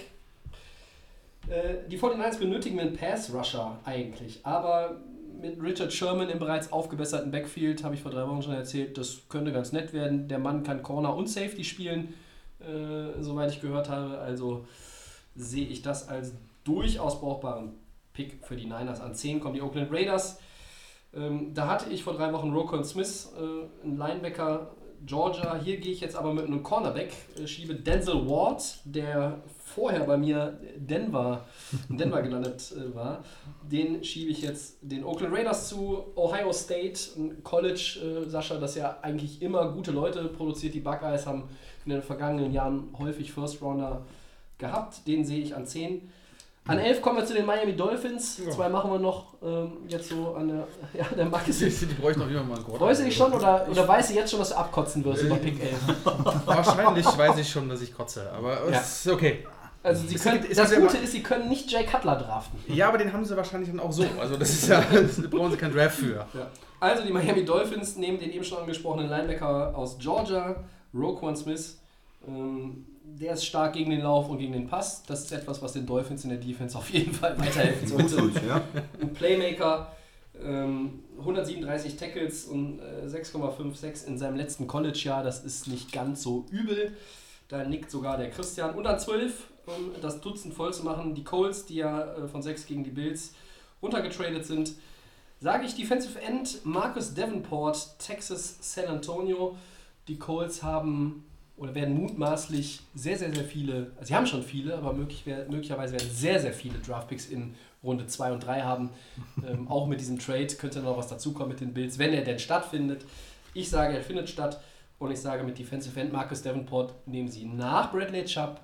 Äh, die forty-niners benötigen einen Pass-Rusher eigentlich, aber mit Richard Sherman im bereits aufgebesserten Backfield, habe ich vor drei Wochen schon erzählt, das könnte ganz nett werden. Der Mann kann Corner und Safety spielen, äh, soweit ich gehört habe. Also sehe ich das als durchaus brauchbaren Pick für die Niners. An zehn kommen die Oakland Raiders. Ähm, da hatte ich vor drei Wochen Roquan Smith, äh, einen Linebacker Georgia. Hier gehe ich jetzt aber mit einem Cornerback, äh, schiebe Denzel Ward, der vorher bei mir Denver, in Denver gelandet äh, war. Den schiebe ich jetzt den Oakland Raiders zu. Ohio State, ein College, äh, Sascha, das ja eigentlich immer gute Leute produziert. Die Buckeyes haben in den vergangenen Jahren häufig First Rounder gehabt. Den sehe ich an zehn. An elf kommen wir zu den Miami Dolphins. Ja. Zwei machen wir noch ähm, jetzt so an der, ja, der Max. Die bräuchten noch jemand mal einen Quarterback. Freust du dich schon oder, oder weißt du jetzt schon, dass du abkotzen wirst über Pick elf? Wahrscheinlich weiß ich schon, dass ich kotze, aber ja. Ist okay. Also sie können, ist das Gute ist, sie können nicht Jay Cutler draften. Ja, aber den haben sie wahrscheinlich dann auch so. Also das ist ja, da brauchen sie keinen Draft für. Ja. Also die Miami Dolphins nehmen den eben schon angesprochenen Linebacker aus Georgia, Roquan Smith. Ähm, der ist stark gegen den Lauf und gegen den Pass. Das ist etwas, was den Dolphins in der Defense auf jeden Fall weiterhelfen sollte. Ja. Ein Playmaker, ähm, hundertsiebenunddreißig Tackles und äh, sechs Komma sechsundfünfzig in seinem letzten College-Jahr. Das ist nicht ganz so übel. Da nickt sogar der Christian. Und an zwölf, um das Dutzend voll zu machen, die Colts, die ja äh, von sechs gegen die Bills runtergetradet sind, sage ich Defensive End Marcus Davenport, Texas San Antonio. Die Colts haben oder werden mutmaßlich sehr, sehr, sehr viele, also sie haben schon viele, aber möglich, möglicherweise werden sehr, sehr viele Draftpicks in Runde zwei und drei haben. ähm, auch mit diesem Trade könnte noch was dazukommen mit den Bills, wenn er denn stattfindet. Ich sage, er findet statt und ich sage mit Defensive End Marcus Davenport nehmen sie nach Bradley Chubb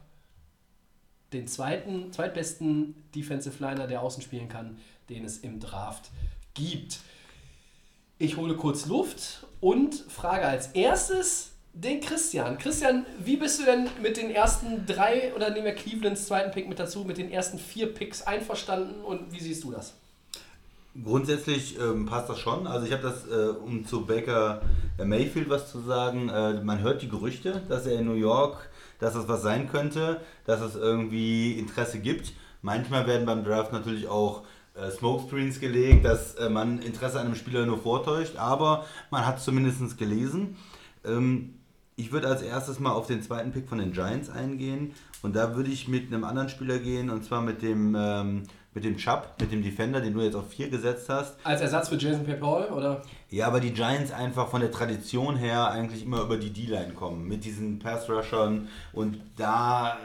den zweiten, zweitbesten Defensive Liner, der außen spielen kann, den es im Draft gibt. Ich hole kurz Luft und frage als erstes den Christian. Christian, wie bist du denn mit den ersten drei, oder nehmen wir Clevelands zweiten Pick mit dazu, mit den ersten vier Picks einverstanden und wie siehst du das? Grundsätzlich ähm, passt das schon. Also ich habe das, äh, um zu Baker Mayfield was zu sagen, äh, man hört die Gerüchte, dass er in New York, dass das was sein könnte, dass es irgendwie Interesse gibt. Manchmal werden beim Draft natürlich auch äh, Smokescreens gelegt, dass äh, man Interesse an einem Spieler nur vortäuscht, aber man hat es zumindest gelesen. Ähm, Ich würde als erstes mal auf den zweiten Pick von den Giants eingehen und da würde ich mit einem anderen Spieler gehen und zwar mit dem ähm, mit dem Chubb, mit dem Defender, den du jetzt auf vier gesetzt hast. Als Ersatz für Jason Pierre-Paul, oder? Ja, aber die Giants einfach von der Tradition her eigentlich immer über die D-Line kommen, mit diesen Pass-Rushern und da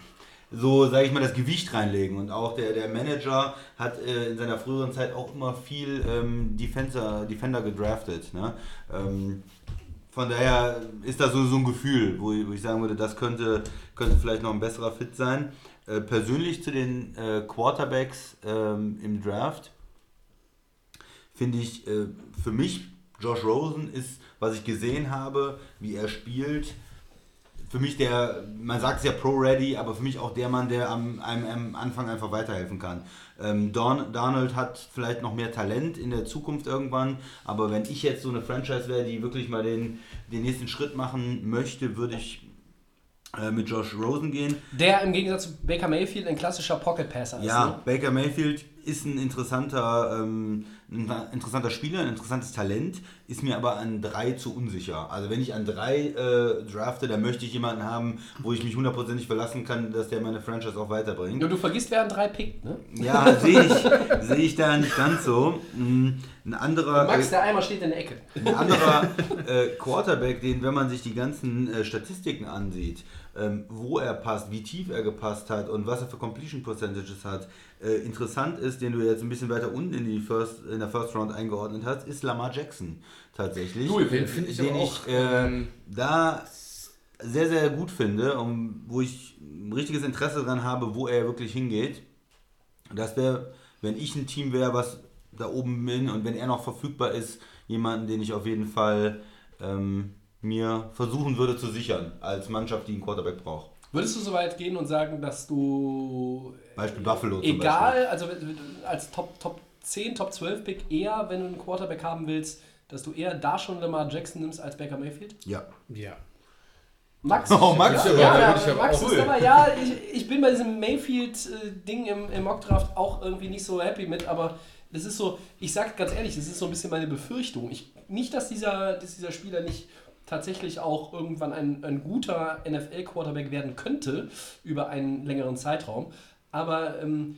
so, sage ich mal, das Gewicht reinlegen und auch der, der Manager hat äh, in seiner früheren Zeit auch immer viel ähm, Defender, Defender gedraftet, ne? Ähm, Von daher ist das so, so ein Gefühl, wo ich, wo ich sagen würde, das könnte, könnte vielleicht noch ein besserer Fit sein. Äh, persönlich zu den äh, Quarterbacks ähm, im Draft finde ich, äh, für mich, Josh Rosen ist, was ich gesehen habe, wie er spielt, für mich der, man sagt es ja Pro-Ready, aber für mich auch der Mann, der am, am, am Anfang einfach weiterhelfen kann. Ähm, Don, Darnold hat vielleicht noch mehr Talent in der Zukunft irgendwann, aber wenn ich jetzt so eine Franchise wäre, die wirklich mal den, den nächsten Schritt machen möchte, würde ich äh, mit Josh Rosen gehen. Der im Gegensatz zu Baker Mayfield ein klassischer Pocket-Passer ist. Ja, ne? Baker Mayfield ist ein interessanter, ähm, ein interessanter Spieler, ein interessantes Talent, ist mir aber an drei zu unsicher. Also wenn ich an drei äh, drafte, dann möchte ich jemanden haben, wo ich mich hundertprozentig verlassen kann, dass der meine Franchise auch weiterbringt. Ja, du vergisst, wer an drei pickt, ne? Ja, sehe ich, seh ich da nicht ganz so. Ein anderer, Max, der Eimer steht in der Ecke. ein anderer äh, Quarterback, den, wenn man sich die ganzen äh, Statistiken ansieht, ähm, wo er passt, wie tief er gepasst hat und was er für Completion Percentages hat, äh, interessant ist, den du jetzt ein bisschen weiter unten in, die First, in der First Round eingeordnet hast, ist Lamar Jackson tatsächlich. Du, den finde ich den aber auch, ich äh, da sehr, sehr gut finde und wo ich ein richtiges Interesse daran habe, wo er wirklich hingeht. Das wäre, wenn ich ein Team wäre, was da oben bin und wenn er noch verfügbar ist, jemanden, den ich auf jeden Fall ähm, mir versuchen würde zu sichern, als Mannschaft, die einen Quarterback braucht. Würdest du so weit gehen und sagen, dass du Beispiel Buffalo zum egal, also als Top, Top zehn, Top zwölf Pick eher, wenn du einen Quarterback haben willst, dass du eher da schon Lamar Jackson nimmst als Baker Mayfield? Ja. Ja. Max? Oh, Max, ja, aber, ja, würde ich aber Max auch. ist aber, ja, ich, ich bin bei diesem Mayfield-Ding im, im Mockdraft auch irgendwie nicht so happy mit, aber das ist so, ich sag ganz ehrlich, das ist so ein bisschen meine Befürchtung. Ich, nicht, dass dieser, dass dieser Spieler nicht tatsächlich auch irgendwann ein, ein guter N F L-Quarterback werden könnte über einen längeren Zeitraum, aber ähm,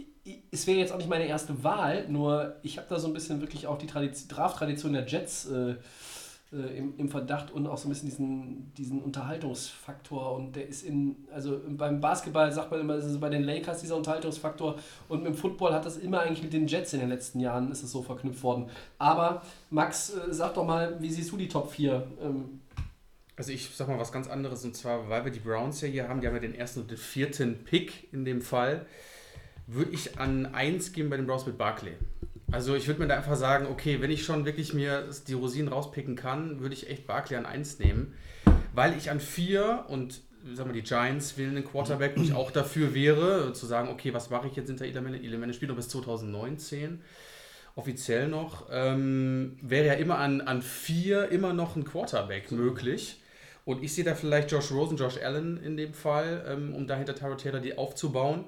es wäre jetzt auch nicht meine erste Wahl, nur ich habe da so ein bisschen wirklich auch die Tradition, Draft-Tradition der Jets äh, äh, im, im Verdacht und auch so ein bisschen diesen, diesen Unterhaltungsfaktor und der ist in, also beim Basketball sagt man immer, es ist bei den Lakers dieser Unterhaltungsfaktor und mit dem Football hat das immer eigentlich mit den Jets in den letzten Jahren ist es so verknüpft worden. Aber Max, äh, sag doch mal, wie siehst du die Top vier? Ähm, Also ich sag mal was ganz anderes, und zwar, weil wir die Browns ja hier haben, die haben ja den ersten und den vierten Pick in dem Fall, würde ich an eins gehen bei den Browns mit Barkley. Also ich würde mir da einfach sagen, okay, wenn ich schon wirklich mir die Rosinen rauspicken kann, würde ich echt Barkley an eins nehmen, weil ich an vier und sagen wir die Giants wählen einen Quarterback, wo ich auch dafür wäre, zu sagen, okay, was mache ich jetzt hinter Element, spielt noch bis zwanzig neunzehn, offiziell noch, ähm, wäre ja immer an, an vier immer noch ein Quarterback möglich. Und ich sehe da vielleicht Josh Rosen, Josh Allen in dem Fall, ähm, um dahinter Tyrod Taylor die aufzubauen.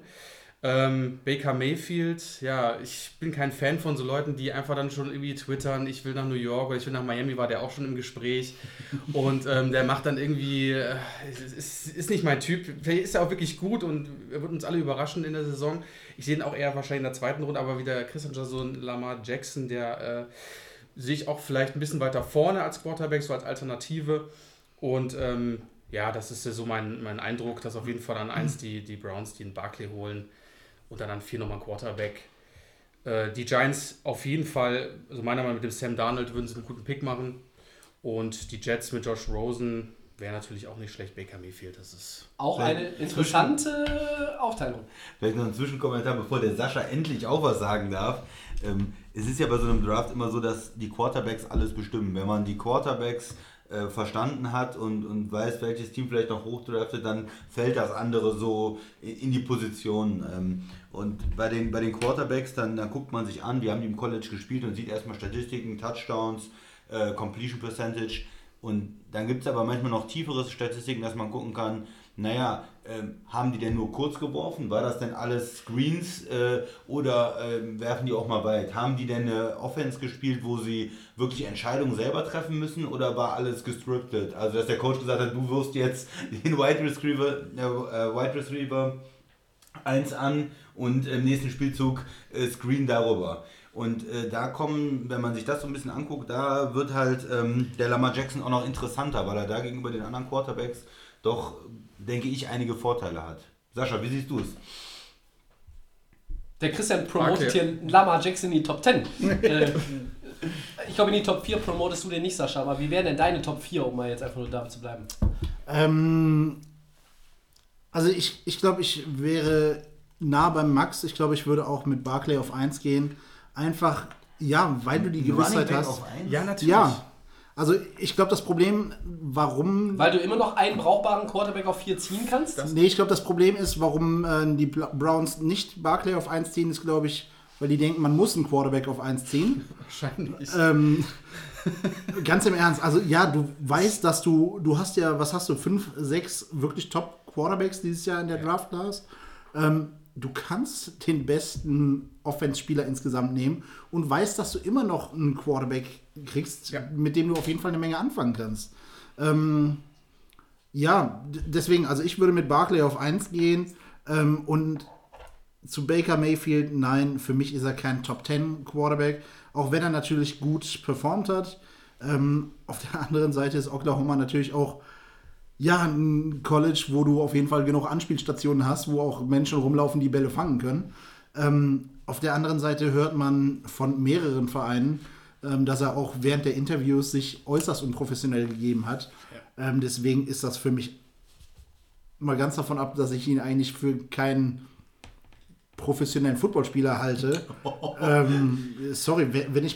Ähm, Baker Mayfield, ja, ich bin kein Fan von so Leuten, die einfach dann schon irgendwie twittern, ich will nach New York oder ich will nach Miami, war der auch schon im Gespräch und ähm, der macht dann irgendwie, äh, ist, ist nicht mein Typ, vielleicht ist er auch wirklich gut und er wird uns alle überraschen in der Saison. Ich sehe ihn auch eher wahrscheinlich in der zweiten Runde, aber wieder Christian Jason, Lamar Jackson, der äh, sehe ich auch vielleicht ein bisschen weiter vorne als Quarterback, so als Alternative und ähm, ja, das ist so mein, mein Eindruck, dass auf jeden Fall an eins die, die Browns, die einen Barkley holen, und dann an vier nochmal Quarterback. Äh, die Giants auf jeden Fall, also meiner Meinung nach mit dem Sam Darnold würden sie einen guten Pick machen. Und die Jets mit Josh Rosen wäre natürlich auch nicht schlecht. Baker Mayfield, das ist... Auch eine interessante Aufteilung. Vielleicht noch ein Zwischenkommentar, bevor der Sascha endlich auch was sagen darf. Ähm, es ist ja bei so einem Draft immer so, dass die Quarterbacks alles bestimmen. Wenn man die Quarterbacks äh, verstanden hat und, und weiß, welches Team vielleicht noch hochdraftet, dann fällt das andere so in, in die Position. Ähm, und bei den, bei den Quarterbacks, dann, dann guckt man sich an, wie haben die im College gespielt und sieht erstmal Statistiken, Touchdowns, äh, Completion Percentage. Und dann gibt es aber manchmal noch tiefere Statistiken, dass man gucken kann, naja, ähm, haben die denn nur kurz geworfen? War das denn alles Screens äh, oder äh, werfen die auch mal weit? Haben die denn eine Offense gespielt, wo sie wirklich Entscheidungen selber treffen müssen oder war alles gescriptet? Also dass der Coach gesagt hat, du wirst jetzt den Wide Receiver, äh, Wide Receiver eins an und im nächsten Spielzug äh, Screen darüber. Und äh, da kommen, wenn man sich das so ein bisschen anguckt, da wird halt ähm, der Lamar Jackson auch noch interessanter, weil er da gegenüber den anderen Quarterbacks doch, denke ich, einige Vorteile hat. Sascha, wie siehst du es? Der Christian promotet Okay. hier Lamar Jackson in die Top zehn. äh, ich glaube, in die Top vier promotest du den nicht, Sascha, aber wie wären denn deine Top vier, um mal jetzt einfach nur da zu bleiben? Ähm, also ich, ich glaube, ich wäre nah beim Max. Ich glaube, ich würde auch mit Barkley auf eins gehen. Einfach, ja, weil du die Gewissheit hast. Ja, natürlich. Ja, also ich glaube, das Problem, warum... Weil du immer noch einen brauchbaren Quarterback auf vier ziehen kannst? Nee, ich glaube, das Problem ist, warum äh, die Bla- Browns nicht Barkley auf eins ziehen, ist, glaube ich, weil die denken, man muss einen Quarterback auf eins ziehen. Wahrscheinlich. Ähm, ganz im Ernst, also ja, du weißt, dass du, du hast ja, was hast du, fünf, sechs wirklich Top-Quarterbacks dieses Jahr in der Draft-Class. Ähm, du kannst den besten Offense-Spieler insgesamt nehmen und weißt, dass du immer noch einen Quarterback kriegst, Ja. mit dem du auf jeden Fall eine Menge anfangen kannst. Ähm, ja, d- deswegen, also ich würde mit Barkley auf eins gehen ähm, und zu Baker Mayfield, nein, für mich ist er kein Top zehn Quarterback, auch wenn er natürlich gut performt hat. Ähm, auf der anderen Seite ist Oklahoma natürlich auch ja, ein College, wo du auf jeden Fall genug Anspielstationen hast, wo auch Menschen rumlaufen, die Bälle fangen können. Ähm, auf der anderen Seite hört man von mehreren Vereinen, ähm, dass er auch während der Interviews sich äußerst unprofessionell gegeben hat. Ja. Ähm, deswegen ist das für mich mal ganz davon ab, dass ich ihn eigentlich für keinen professionellen Footballspieler halte. ähm, sorry, wenn ich mich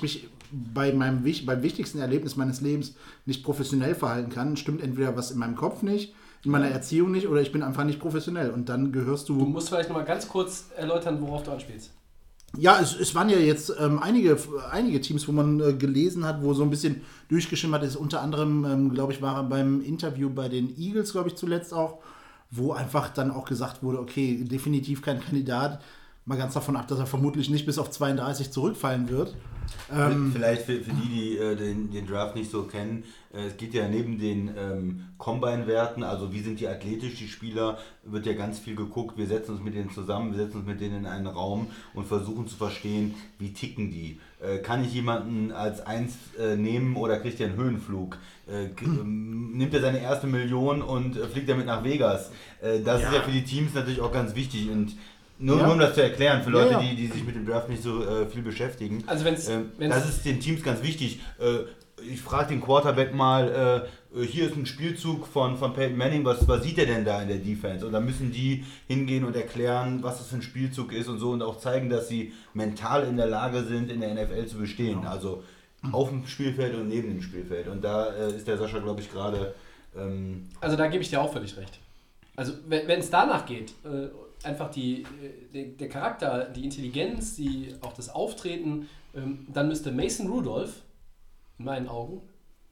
bei meinem beim wichtigsten Erlebnis meines Lebens nicht professionell verhalten kann, stimmt entweder was in meinem Kopf nicht, in meiner Erziehung nicht oder ich bin einfach nicht professionell. Und dann gehörst du... Du musst vielleicht nochmal ganz kurz erläutern, worauf du anspielst. Ja, es, es waren ja jetzt ähm, einige, einige Teams, wo man äh, gelesen hat, wo so ein bisschen durchgeschimmert ist. Unter anderem, ähm, glaube ich, war er beim Interview bei den Eagles, glaube ich, zuletzt auch, wo einfach dann auch gesagt wurde, okay, definitiv kein Kandidat. Mal ganz davon ab, dass er vermutlich nicht bis auf zweiunddreißig zurückfallen wird. Ähm, Vielleicht für, für die, die äh, den, den Draft nicht so kennen, äh, es geht ja neben den ähm, Combine-Werten, also wie sind die athletisch, die Spieler, wird ja ganz viel geguckt, wir setzen uns mit denen zusammen, wir setzen uns mit denen in einen Raum und versuchen zu verstehen, wie ticken die. Äh, kann ich jemanden als eins äh, nehmen oder kriegt er einen Höhenflug? Äh, k- ähm, nimmt er seine erste Million und äh, fliegt damit nach Vegas? Äh, das Ja. ist ja für die Teams natürlich auch ganz wichtig und Nur, Ja. nur um das zu erklären, für Leute, Ja, ja. Die, die sich mit dem Draft nicht so äh, viel beschäftigen. Also wenn's, ähm, wenn's das ist den Teams ganz wichtig. Äh, ich frage den Quarterback mal, äh, hier ist ein Spielzug von, von Peyton Manning, was, was sieht er denn da in der Defense? Und dann müssen die hingehen und erklären, was das für ein Spielzug ist und so und auch zeigen, dass sie mental in der Lage sind, in der N F L zu bestehen. Also auf dem Spielfeld und neben dem Spielfeld. Und da äh, ist der Sascha, glaube ich, gerade... Ähm, Also da gebe ich dir auch völlig recht. Also wenn es danach geht, äh, einfach die, äh, der, der Charakter, die Intelligenz, die, auch das Auftreten, ähm, dann müsste Mason Rudolph, in meinen Augen,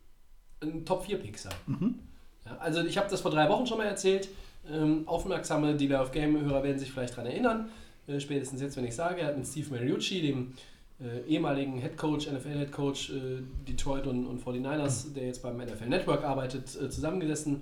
ein Top vier Pick sein. Ja, also ich habe das vor drei Wochen schon mal erzählt. Ähm, aufmerksame Delay of Game-Hörer werden sich vielleicht daran erinnern. Äh, spätestens jetzt, wenn ich sage, er hat mit Steve Mariucci, dem äh, ehemaligen Headcoach, N F L-Headcoach äh, Detroit und, und forty-niners, der jetzt beim N F L Network arbeitet, äh, zusammengesessen.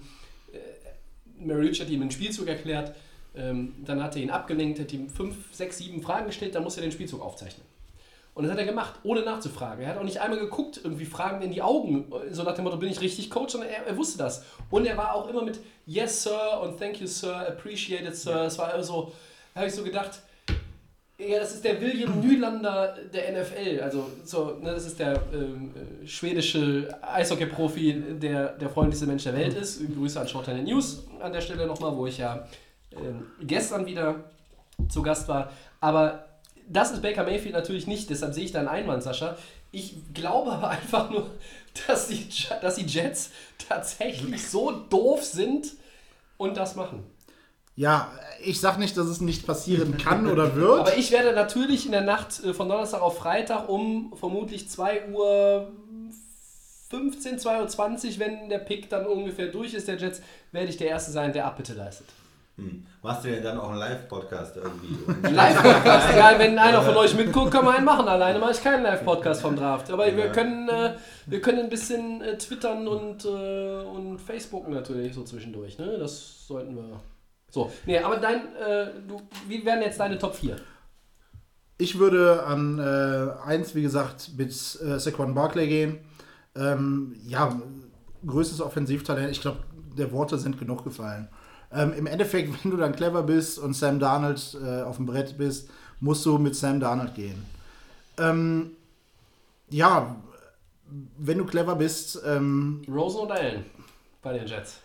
Äh, Mariucci hat ihm einen Spielzug erklärt. Ähm, dann hat er ihn abgelenkt, hat ihm fünf, sechs, sieben Fragen gestellt, dann muss er den Spielzug aufzeichnen. Und das hat er gemacht, ohne nachzufragen. Er hat auch nicht einmal geguckt, irgendwie Fragen in die Augen, so nach dem Motto, bin ich richtig Coach, sondern er, er wusste das. Und er war auch immer mit Yes, Sir und Thank you, Sir, Appreciate it, Sir. Es war also, da habe ich so gedacht, ja, das ist der William Nylander der N F L. Also, so, ne, das ist der ähm, äh, schwedische Eishockey-Profi, der der freundlichste Mensch der Welt ist. Grüße an Shorthand News an der Stelle nochmal, wo ich ja ähm, gestern wieder zu Gast war. Aber das ist Baker Mayfield natürlich nicht, deshalb sehe ich da einen Einwand, Sascha. Ich glaube aber einfach nur, dass die, dass die Jets tatsächlich so doof sind und das machen. Ja, ich sag nicht, dass es nicht passieren kann oder wird. Aber ich werde natürlich in der Nacht äh, von Donnerstag auf Freitag um vermutlich zwei Uhr fünfzehn, zwei Uhr zwanzig, wenn der Pick dann ungefähr durch ist, der Jets, werde ich der Erste sein, der Abbitte leistet. hm. Machst du denn dann auch einen Live-Podcast irgendwie? Live-Podcast, egal, wenn einer von euch mitguckt, können wir einen machen. Alleine mache ich keinen Live-Podcast vom Draft. Aber wir können, äh, wir können ein bisschen äh, twittern und, äh, und Facebooken natürlich so zwischendurch. Ne? Das sollten wir. So, nee, aber dein, äh, du, wie wären jetzt deine Top vier? Ich würde an äh, eins, wie gesagt, mit äh, Saquon Barkley gehen. Ähm, ja, größtes Offensivtalent. Ich glaube, der Worte sind genug gefallen. Ähm, Im Endeffekt, wenn du dann clever bist und Sam Darnold äh, auf dem Brett bist, musst du mit Sam Darnold gehen. Ähm, ja, wenn du clever bist. Ähm, Rosen oder Allen bei den Jets?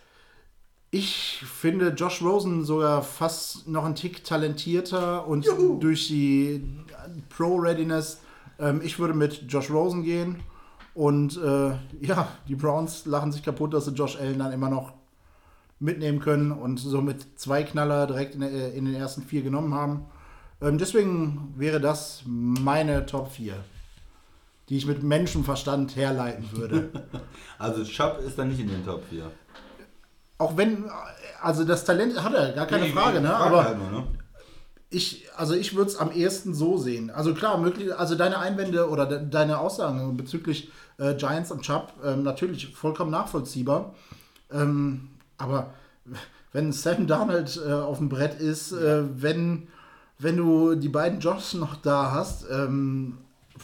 Ich finde Josh Rosen sogar fast noch einen Tick talentierter und durch die Pro-Readiness. Ähm, ich würde mit Josh Rosen gehen und äh, ja, die Browns lachen sich kaputt, dass sie Josh Allen dann immer noch mitnehmen können und somit zwei Knaller direkt in, der, in den ersten vier genommen haben. Ähm, deswegen wäre das meine Top vier, die ich mit Menschenverstand herleiten würde. Also Chubb ist dann nicht in den Top vier. Auch wenn, also das Talent hat er, gar keine Nee, Frage, ich ne? frage Aber halt nur, ne? ich, also ich würde es am ehesten so sehen. Also klar, möglich, also deine Einwände oder de, deine Aussagen bezüglich äh, Giants und Chubb, ähm, natürlich vollkommen nachvollziehbar. Ähm, aber wenn Sam Darnold äh, auf dem Brett ist, äh, wenn, wenn du die beiden Jobs noch da hast, ähm,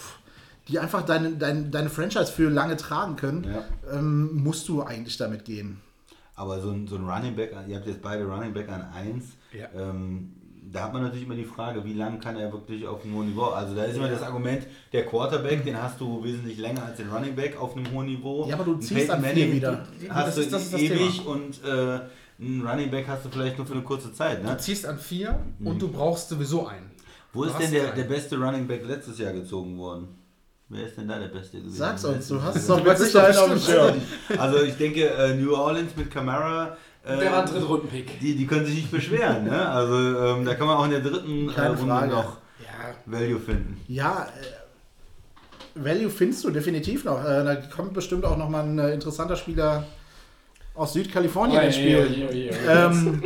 die einfach deine, deine, deine Franchise für lange tragen können, Ja. ähm, musst du eigentlich damit gehen. Aber so ein, so ein Running Back, ihr habt jetzt beide Running Back an eins, Ja. ähm, da hat man natürlich immer die Frage, wie lange kann er wirklich auf einem hohen Niveau? Also da ist immer das Argument, der Quarterback, den hast du wesentlich länger als den Running Back auf einem hohen Niveau. Ja, aber du Ein ziehst Peyton an vier Manning wieder. Hast Das du ist- das ist das ewig Thema. und äh, ein Running Back hast du vielleicht nur für eine kurze Zeit. Du Ne? ziehst an vier und du brauchst sowieso einen. Wo Du ist hast denn der, keinen. der beste Running Back letztes Jahr gezogen worden? Wer ist denn da der Beste gewesen? Sag's uns, du hast es Du doch mit weißt es Sicherheit doch auf dem bestimmt. Schirm. Also ich denke, äh, New Orleans mit Camara, äh, Der war ein Drittrunden-Pick. die, die können sich nicht beschweren. Ne? Also ähm, da kann man auch in der dritten äh, Keine Runde Frage. noch Ja, Value finden. Ja, äh, Value findest du definitiv noch. Äh, da kommt bestimmt auch nochmal ein äh, interessanter Spieler aus Südkalifornien ins Spiel. Oi, oi, oi, oi. Ähm,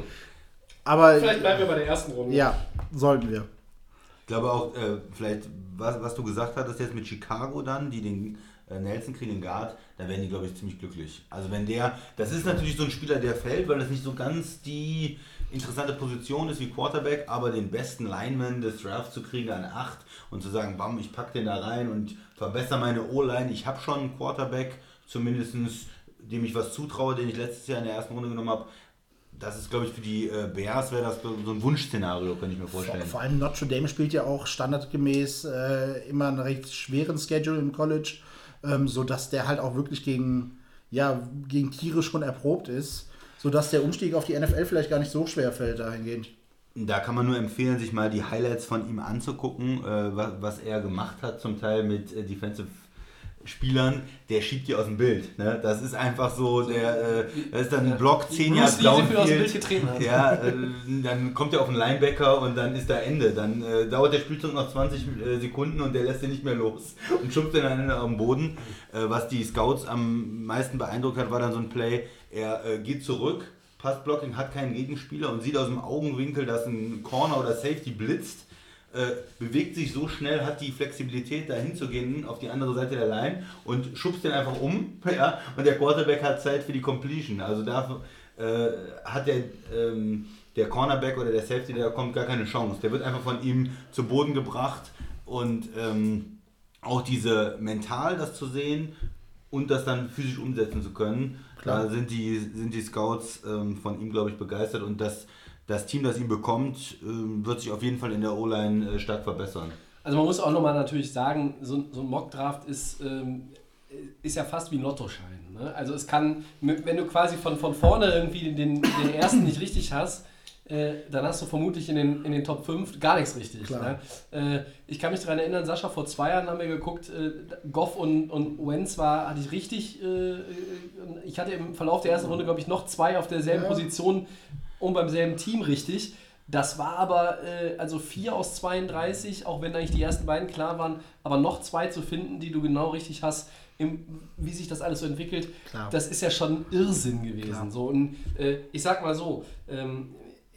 aber Vielleicht bleiben wir bei der ersten Runde. ja, sollten wir. Ich glaube auch, äh, vielleicht, was, was du gesagt hattest jetzt mit Chicago dann, die den äh, Nelson kriegen, den Guard, da werden die, glaube ich, ziemlich glücklich. Also wenn der, das ist natürlich so ein Spieler, der fällt, weil das nicht so ganz die interessante Position ist wie Quarterback, aber den besten Lineman des Drafts zu kriegen an acht und zu sagen, bam, ich pack den da rein und verbessere meine O-Line. Ich habe schon einen Quarterback, zumindest dem ich was zutraue, den ich letztes Jahr in der ersten Runde genommen habe. Das ist, glaube ich, für die äh, Bears wäre das so ein Wunschszenario, kann ich mir vorstellen. Vor, vor allem Notre Dame spielt ja auch standardgemäß äh, immer einen recht schweren Schedule im College, ähm, sodass der halt auch wirklich gegen, ja, gegen Tiere schon erprobt ist, sodass der Umstieg auf die N F L vielleicht gar nicht so schwer fällt dahingehend. Da kann man nur empfehlen, sich mal die Highlights von ihm anzugucken, äh, was, was er gemacht hat, zum Teil mit äh, Defensive Spielern, der schiebt die aus dem Bild. Ne? Das ist einfach so, der, äh, das ist dann ein Block, zehn Jahre Downfield. Aus dem Bild getreten hat. Ja, äh, dann kommt er auf den Linebacker und dann ist da Ende. Dann äh, dauert der Spielzug noch zwanzig äh, Sekunden und der lässt den nicht mehr los und schubst den dann am Boden. Äh, was die Scouts am meisten beeindruckt hat, war dann so ein Play, er äh, geht zurück, Passblocking, hat keinen Gegenspieler und sieht aus dem Augenwinkel, dass ein Corner oder Safety blitzt. Äh, bewegt sich so schnell, hat die Flexibilität da hinzugehen auf die andere Seite der Line und schubst den einfach um, ja, und der Quarterback hat Zeit für die Completion. Also da äh, hat der, ähm, der Cornerback oder der Safety, der kommt gar keine Chance. Der wird einfach von ihm zu Boden gebracht und ähm, auch diese mental das zu sehen und das dann physisch umsetzen zu können, Klar. da sind die, sind die Scouts ähm, von ihm, glaube ich, begeistert und das Das Team, das ihn bekommt, wird sich auf jeden Fall in der O-Line stark verbessern. Also man muss auch nochmal natürlich sagen, so, so ein Mock-Draft ist, ähm, ist ja fast wie ein Lottoschein. Ne? Also es kann, wenn du quasi von, von vorne irgendwie den, den ersten nicht richtig hast, äh, dann hast du vermutlich in den, in den Top fünf gar nichts richtig. Ne? Äh, ich kann mich daran erinnern, Sascha, vor zwei Jahren haben wir geguckt, äh, Goff und, und Wentz war, hatte ich richtig, äh, ich hatte im Verlauf der ersten Runde, glaube ich, noch zwei auf derselben Ja. Position und beim selben Team richtig. Das war aber äh, also vier aus zweiunddreißig, auch wenn eigentlich die ersten beiden klar waren, aber noch zwei zu finden, die du genau richtig hast, im, wie sich das alles so entwickelt, Klar. das ist ja schon Irrsinn gewesen. Klar. So, und äh, ich sag mal so, ähm,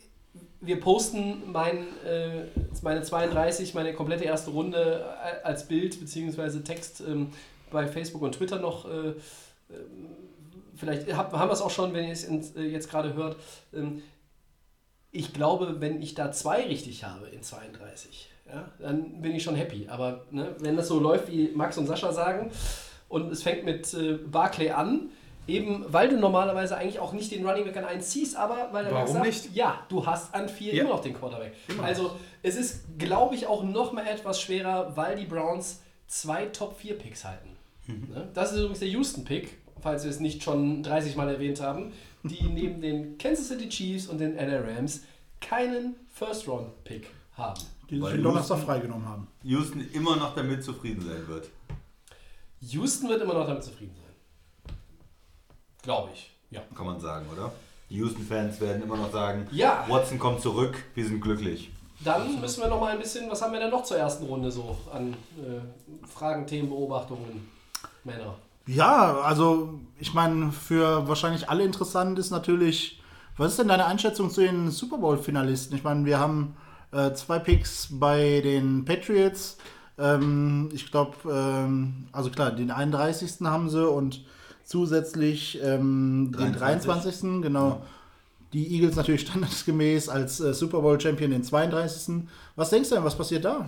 wir posten mein, äh, meine zweiunddreißig, meine komplette erste Runde als Bild bzw. Text ähm, bei Facebook und Twitter noch. Äh, vielleicht hab, haben wir es auch schon, wenn ihr es in, äh, jetzt gerade hört. Ähm, Ich glaube, wenn ich da zwei richtig habe in zweiunddreißig, ja, dann bin ich schon happy. Aber ne, wenn das so läuft, wie Max und Sascha sagen, und es fängt mit äh, Barclay an, eben weil du normalerweise eigentlich auch nicht den Running Back an eins ziehst, aber weil der Warum Max sagt, nicht? ja, du hast an vier Ja. immer noch den Quarterback. Immer. Also es ist, glaube ich, auch noch mal etwas schwerer, weil die Browns zwei Top vier Picks halten. Ne? Das ist übrigens der Houston-Pick, falls wir es nicht schon dreißig Mal erwähnt haben, die neben den Kansas City Chiefs und den L A Rams keinen First-Round-Pick haben. Die sich Weil den Donnerstag Houston- freigenommen haben. Houston immer noch damit zufrieden sein wird. Houston wird immer noch damit zufrieden sein. Glaube ich, ja. Kann man sagen, oder? Die Houston-Fans werden immer noch sagen, Ja. Watson kommt zurück, wir sind glücklich. Dann müssen wir noch mal ein bisschen, was haben wir denn noch zur ersten Runde so an äh, Fragen, Themen, Beobachtungen, Männer? Ja, also ich meine, für wahrscheinlich alle interessant ist natürlich, was ist denn deine Einschätzung zu den Super Bowl-Finalisten? Ich meine, wir haben äh, zwei Picks bei den Patriots. Ähm, ich glaube, ähm, also klar, den einunddreißigsten haben sie und zusätzlich ähm, den dreiundzwanzig. dreiundzwanzigsten Genau. Ja. Die Eagles natürlich standesgemäß als äh, Super Bowl-Champion den zweiunddreißigsten Was denkst du denn, was passiert da?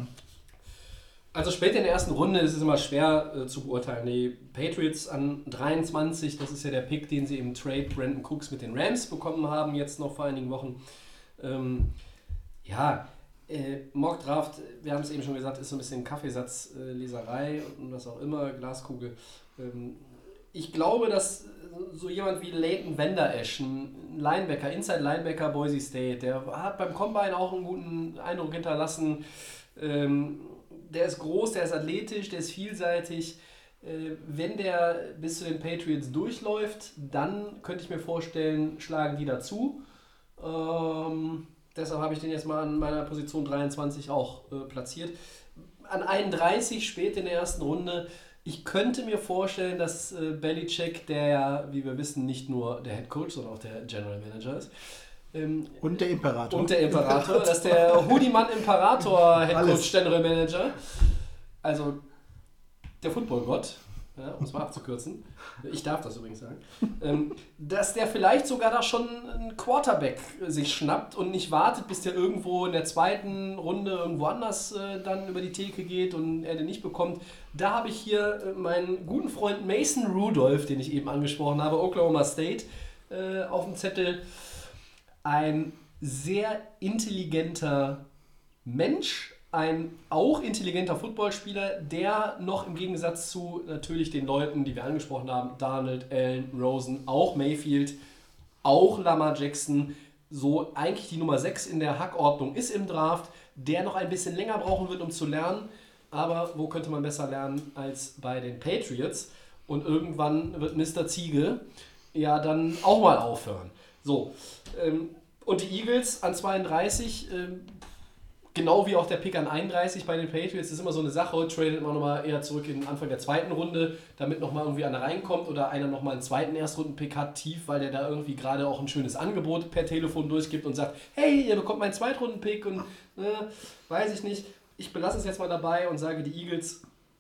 Also später in der ersten Runde ist es immer schwer äh, zu beurteilen. Die Patriots an dreiundzwanzig, das ist ja der Pick, den sie im Trade Brandon Cooks mit den Rams bekommen haben, jetzt noch vor einigen Wochen. Ähm, ja, äh, Mock Draft, wir haben es eben schon gesagt, ist so ein bisschen Kaffeesatzleserei äh, und was auch immer, Glaskugel. Ähm, ich glaube, dass so jemand wie Leighton Vander Esch, ein Linebacker, Inside Linebacker Boise State, der hat beim Combine auch einen guten Eindruck hinterlassen. Ähm, der ist groß, der ist athletisch, der ist vielseitig. Äh, wenn der bis zu den Patriots durchläuft, dann könnte ich mir vorstellen, schlagen die dazu. Ähm, deshalb habe ich den jetzt mal an meiner Position dreiundzwanzig auch äh, platziert. An einunddreißig spät in der ersten Runde. Ich könnte mir vorstellen, dass äh, Belichick, der ja, wie wir wissen, nicht nur der Head Coach, sondern auch der General Manager ist. Ähm, und der Imperator. Und der Imperator, dass der Hoodie-Mann Imperator Head Coach General Manager, also der Football-Gott, ja, um es mal abzukürzen, ich darf das übrigens sagen, ähm, dass der vielleicht sogar da schon einen Quarterback sich schnappt und nicht wartet, bis der irgendwo in der zweiten Runde irgendwo anders äh, dann über die Theke geht und er den nicht bekommt. Da habe ich hier äh, meinen guten Freund Mason Rudolph, den ich eben angesprochen habe, Oklahoma State, äh, auf dem Zettel. Ein sehr intelligenter Mensch, ein auch intelligenter Footballspieler, der noch im Gegensatz zu natürlich den Leuten, die wir angesprochen haben, Darnold, Allen, Rosen, auch Mayfield, auch Lamar Jackson, so eigentlich die Nummer sechs in der Hackordnung ist im Draft, der noch ein bisschen länger brauchen wird, um zu lernen. Aber wo könnte man besser lernen als bei den Patriots? Und irgendwann wird Mister Ziege ja dann auch mal aufhören. So, ähm, und die Eagles an zweiunddreißig, ähm, genau wie auch der Pick an einunddreißig bei den Patriots, ist immer so eine Sache, tradet man nochmal eher zurück in den Anfang der zweiten Runde, damit nochmal irgendwie einer reinkommt oder einer nochmal einen zweiten Erstrunden-Pick hat, tief, weil der da irgendwie gerade auch ein schönes Angebot per Telefon durchgibt und sagt, hey, ihr bekommt meinen Zweitrunden-Pick und äh, weiß ich nicht. Ich belasse es jetzt mal dabei und sage, die Eagles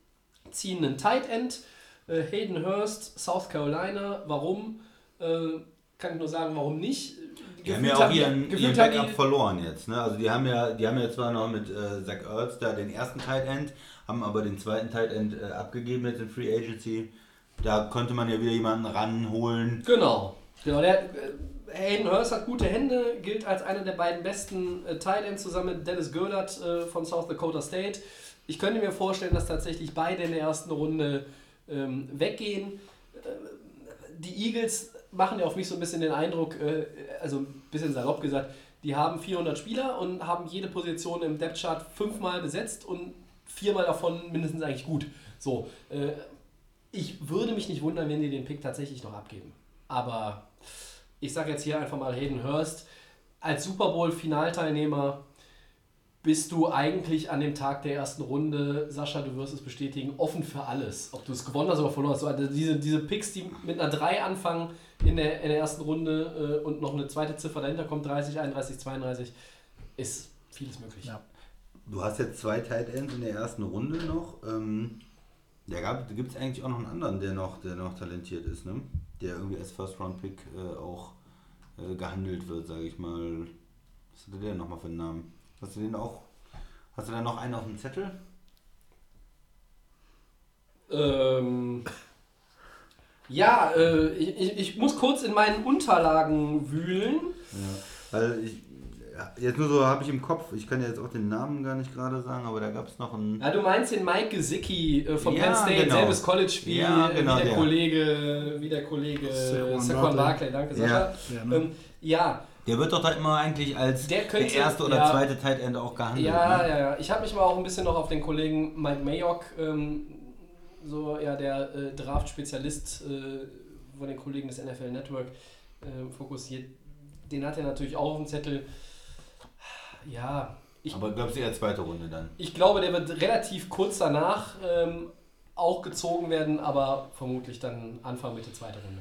ziehen einen Tight End, äh, Hayden Hurst, South Carolina. Warum? Äh, kann ich nur sagen, warum nicht. Die haben ja auch ihren, ihren Backup die, verloren jetzt. Ne? Also die haben ja, die haben ja zwar noch mit äh, Zach Ertz da den ersten Tight End, haben aber den zweiten Tight End äh, abgegeben jetzt in Free Agency. Da könnte man ja wieder jemanden ranholen. Genau. genau der, äh, Hayden Hurst hat gute Hände, gilt als einer der beiden besten äh, Tight Ends zusammen mit Dennis Goedert äh, von South Dakota State. Ich könnte mir vorstellen, dass tatsächlich beide in der ersten Runde ähm, weggehen. Äh, die Eagles machen ja auf mich so ein bisschen den Eindruck, äh, also ein bisschen salopp gesagt, die haben vierhundert Spieler und haben jede Position im Depth-Chart fünfmal besetzt und viermal davon mindestens eigentlich gut. So, äh, ich würde mich nicht wundern, wenn die den Pick tatsächlich noch abgeben. Aber ich sage jetzt hier einfach mal Hayden Hurst, als Super Bowl-Finalteilnehmer bist du eigentlich an dem Tag der ersten Runde, Sascha, du wirst es bestätigen, offen für alles. Ob du es gewonnen hast oder verloren hast. Also diese, diese Picks, die mit einer drei anfangen in der, in der ersten Runde äh, und noch eine zweite Ziffer dahinter kommt, dreißig, einunddreißig, zweiunddreißig, ist vieles möglich. Ja. Du hast jetzt zwei Tight Ends in der ersten Runde noch. Ähm, da gibt es eigentlich auch noch einen anderen, der noch, der noch talentiert ist, ne? Der irgendwie als First-Round-Pick äh, auch äh, gehandelt wird, sage ich mal. Was hat der denn nochmal für einen Namen? Hast du den auch? Hast du da noch einen auf dem Zettel? Ähm, ja, äh, ich, ich muss kurz in meinen Unterlagen wühlen. Ja, weil ich, ja, jetzt nur so habe ich im Kopf, ich kann ja jetzt auch den Namen gar nicht gerade sagen, aber da gab es noch einen... Ja, du meinst den Mike Gesicki äh, von Ja, Penn State, genau. selbes College-Spiel, Ja, genau, wie der der. Kollege, wie der Kollege Saquon Saquon Barkley. Barkley, danke Sascha. Ja, ja, ne? ähm, ja. Der wird doch da immer eigentlich als Der der, könnte- erste oder ja. zweite Tight End auch gehandelt. Ja, ne? ja, ja. Ich habe mich mal auch ein bisschen noch auf den Kollegen Mike Mayock, ähm, so ja der äh, Draft-Spezialist äh, von den Kollegen des N F L Network, äh, fokussiert. Den hat er natürlich auch auf dem Zettel. Ja, ich, Aber glaubst du eher zweite Runde dann? ich glaube, der wird relativ kurz danach ähm, auch gezogen werden, aber vermutlich dann Anfang, Mitte, zweite Runde.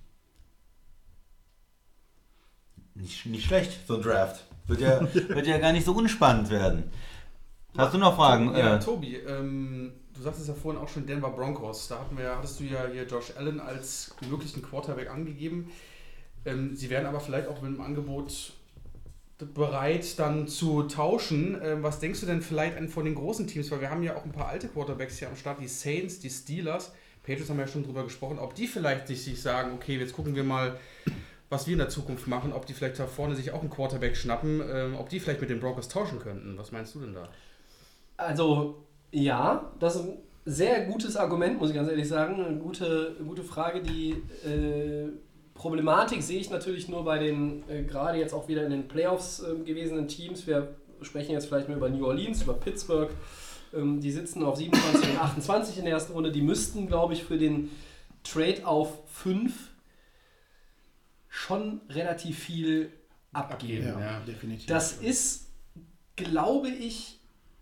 Nicht, nicht schlecht, so ein Draft. Wird ja, wird ja gar nicht so unspannend werden. Hast du noch Fragen? Ja, Äh, Tobi, ähm, du sagtest ja vorhin auch schon Denver Broncos. Da hatten wir, hattest du ja hier Josh Allen als möglichen Quarterback angegeben. Ähm, sie wären aber vielleicht auch mit dem Angebot bereit, dann zu tauschen. Ähm, was denkst du denn vielleicht an von den großen Teams? Weil wir haben ja auch ein paar alte Quarterbacks hier am Start, die Saints, die Steelers. Patriots haben wir ja schon drüber gesprochen, ob die vielleicht sich, sich sagen, okay, jetzt gucken wir mal, was wir in der Zukunft machen, ob die vielleicht da vorne sich auch einen Quarterback schnappen, ähm, ob die vielleicht mit den Broncos tauschen könnten. Was meinst du denn da? Also, ja, das ist ein sehr gutes Argument, muss ich ganz ehrlich sagen. Eine gute, gute Frage. Die äh, Problematik sehe ich natürlich nur bei den, äh, gerade jetzt auch wieder in den Playoffs äh, gewesenen Teams. Wir sprechen jetzt vielleicht mal über New Orleans, über Pittsburgh, äh, Ähm, die sitzen auf siebenundzwanzig und achtundzwanzig in der ersten Runde. Die müssten, glaube ich, für den Trade auf fünf schon relativ viel abgeben. Ja, ja, definitiv. Das ist, glaube ich,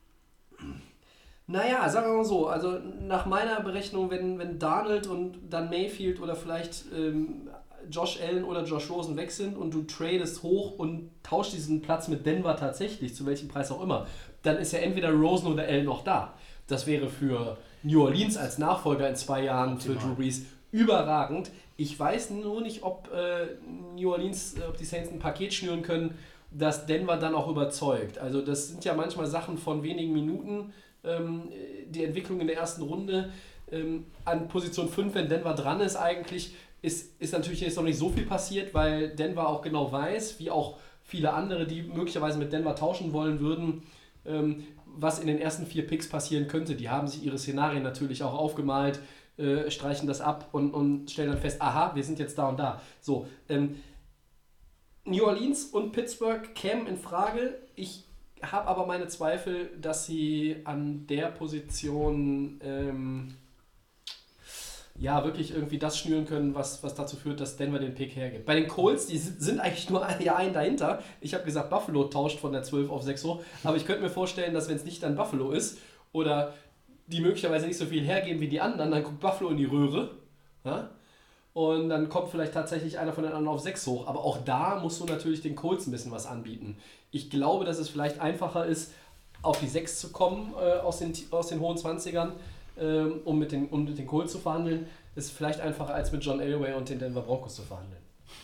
naja, sagen wir mal so, also nach meiner Berechnung, wenn, wenn Darnold und dann Mayfield oder vielleicht ähm, Josh Allen oder Josh Rosen weg sind und du tradest hoch und tauschst diesen Platz mit Denver tatsächlich, zu welchem Preis auch immer, dann ist ja entweder Rosen oder Allen noch da. Das wäre für New Orleans als Nachfolger in zwei Jahren Optimal. Für Drew Brees überragend. Ich weiß nur nicht, ob äh, New Orleans, äh, ob die Saints ein Paket schnüren können, das Denver dann auch überzeugt. Also das sind ja manchmal Sachen von wenigen Minuten, ähm, die Entwicklung in der ersten Runde. Ähm, an Position fünf, wenn Denver dran ist eigentlich, ist, ist natürlich jetzt noch nicht so viel passiert, weil Denver auch genau weiß, wie auch viele andere, die möglicherweise mit Denver tauschen wollen würden, ähm, was in den ersten vier Picks passieren könnte. Die haben sich ihre Szenarien natürlich auch aufgemalt, äh, streichen das ab und, und stellen dann fest, aha, wir sind jetzt da und da. So, ähm, New Orleans und Pittsburgh kämen in Frage. Ich habe aber meine Zweifel, dass sie an der Position ähm, ja wirklich irgendwie das schnüren können, was, was dazu führt, dass Denver den Pick hergibt. Bei den Colts, die sind eigentlich nur ein, ja, ein dahinter. Ich habe gesagt, Buffalo tauscht von der zwölf auf sechs hoch, aber ich könnte mir vorstellen, dass wenn es nicht dann Buffalo ist oder die möglicherweise nicht so viel hergeben wie die anderen, dann guckt Buffalo in die Röhre, ja? Und dann kommt vielleicht tatsächlich einer von den anderen auf sechs hoch. Aber auch da musst du natürlich den Colts ein bisschen was anbieten. Ich glaube, dass es vielleicht einfacher ist, auf die sechs zu kommen äh, aus, den, aus den hohen zwanzigern, ähm, um, mit den, um mit den Colts zu verhandeln. Das ist vielleicht einfacher, als mit John Elway und den Denver Broncos zu verhandeln.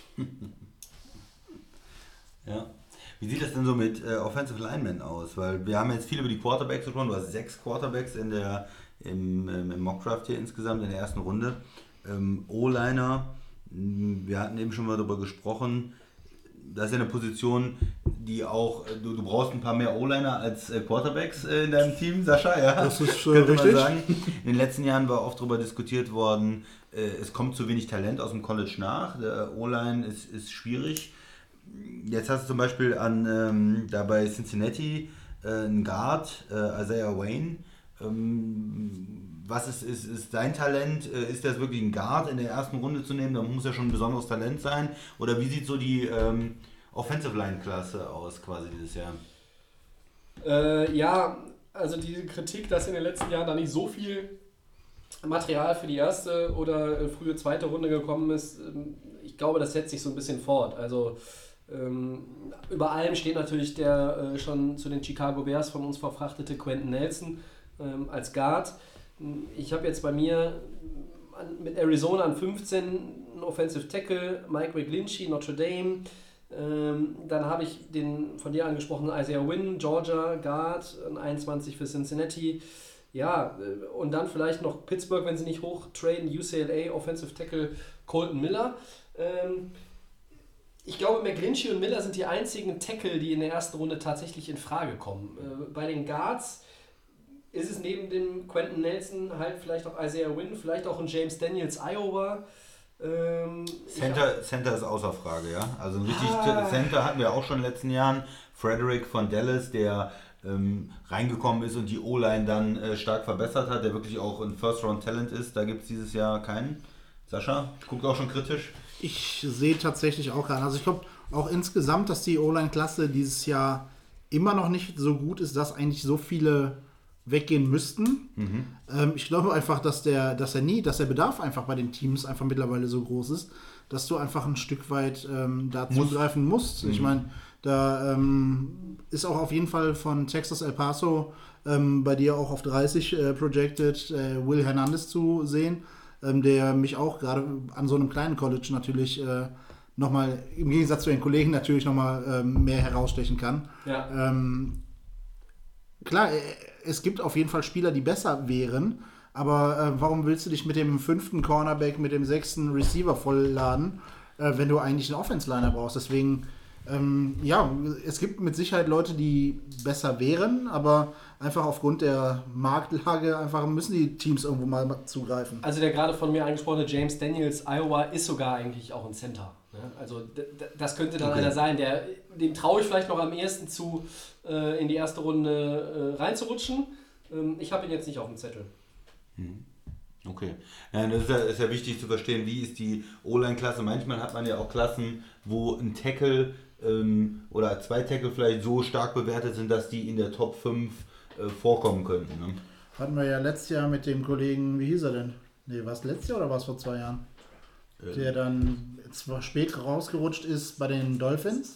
Ja. Wie sieht das denn so mit äh, Offensive Linemen aus? Weil wir haben jetzt viel über die Quarterbacks gesprochen. Du hast sechs Quarterbacks in der, im, im Mockdraft hier insgesamt in der ersten Runde. Ähm, O-Liner, wir hatten eben schon mal darüber gesprochen, das ist ja eine Position, die auch, du, du brauchst ein paar mehr O-Liner als äh, Quarterbacks äh, in deinem Team, Sascha, ja? Das ist äh, richtig. Sagen. In den letzten Jahren war oft darüber diskutiert worden, äh, es kommt zu wenig Talent aus dem College nach, der O-Line ist, ist schwierig. Jetzt hast du zum Beispiel an, ähm, da bei Cincinnati äh, einen Guard, äh, Isaiah Wayne. Ähm, was ist, ist, ist dein Talent? Ist das wirklich ein Guard in der ersten Runde zu nehmen? Da muss ja schon ein besonderes Talent sein. Oder wie sieht so die ähm, Offensive Line Klasse aus quasi dieses Jahr? Äh, ja, also diese Kritik, dass in den letzten Jahren da nicht so viel Material für die erste oder frühe zweite Runde gekommen ist, ich glaube, das setzt sich so ein bisschen fort. Also ähm, über allem steht natürlich der äh, schon zu den Chicago Bears von uns verfrachtete Quentin Nelson ähm, als Guard. Ich habe jetzt bei mir an, mit Arizona an fünfzehn einen Offensive Tackle, Mike McGlinchey, Notre Dame. Ähm, dann habe ich den von dir angesprochenen Isaiah Wynn, Georgia, Guard, an einundzwanzig für Cincinnati. Ja, und dann vielleicht noch Pittsburgh, wenn sie nicht hoch traden, U C L A, Offensive Tackle Colton Miller. Ähm, ich glaube, McGlinchey und Miller sind die einzigen Tackle, die in der ersten Runde tatsächlich in Frage kommen. Äh, bei den Guards ist es neben dem Quentin Nelson halt vielleicht auch Isaiah Wynn, vielleicht auch ein James Daniels, Iowa. Ähm, Center, Center ist außer Frage, ja. Also ein richtig Ah. Center hatten wir auch schon in den letzten Jahren. Frederick von Dallas, der ähm, reingekommen ist und die O-Line dann äh, stark verbessert hat, der wirklich auch ein First-Round-Talent ist. Da gibt es dieses Jahr keinen. Sascha, guckt auch schon kritisch. Ich sehe tatsächlich auch gerade, also ich glaube auch insgesamt, dass die O-Line-Klasse dieses Jahr immer noch nicht so gut ist, dass eigentlich so viele weggehen müssten. Mhm. Ähm, ich glaube einfach, dass der, dass er nie, dass der Bedarf einfach bei den Teams einfach mittlerweile so groß ist, dass du einfach ein Stück weit ähm, da Muss. zugreifen musst. Mhm. Ich meine, da ähm, ist auch auf jeden Fall von Texas El Paso ähm, bei dir auch auf dreißig äh, projected äh, Will Hernandez zu sehen, ähm, der mich auch gerade an so einem kleinen College natürlich äh, nochmal, im Gegensatz zu den Kollegen natürlich nochmal ähm, mehr herausstechen kann. Ja. Ähm, klar, es gibt auf jeden Fall Spieler, die besser wären, aber äh, warum willst du dich mit dem fünften Cornerback, mit dem sechsten Receiver vollladen, äh, wenn du eigentlich einen Offense-Liner brauchst? Deswegen, ähm, ja, es gibt mit Sicherheit Leute, die besser wären, aber einfach aufgrund der Marktlage einfach müssen die Teams irgendwo mal zugreifen. Also der gerade von mir angesprochene James Daniels, Iowa, ist sogar eigentlich auch ein Center. Ne? Also d- d- das könnte dann Okay. einer sein, der, dem traue ich vielleicht noch am ehesten zu, äh, in die erste Runde äh, reinzurutschen. Ähm, ich habe ihn jetzt nicht auf dem Zettel. Okay. Ja, das ist ja, ist ja wichtig zu verstehen, wie ist die O-Line-Klasse. Manchmal hat man ja auch Klassen, wo ein Tackle ähm, oder zwei Tackle vielleicht so stark bewertet sind, dass die in der Top fünf äh, vorkommen könnten. Ne? Hatten wir ja letztes Jahr mit dem Kollegen, wie hieß er denn? Nee, war es letztes Jahr oder war es vor zwei Jahren? Ähm. Der dann zwar spät rausgerutscht ist bei den Dolphins.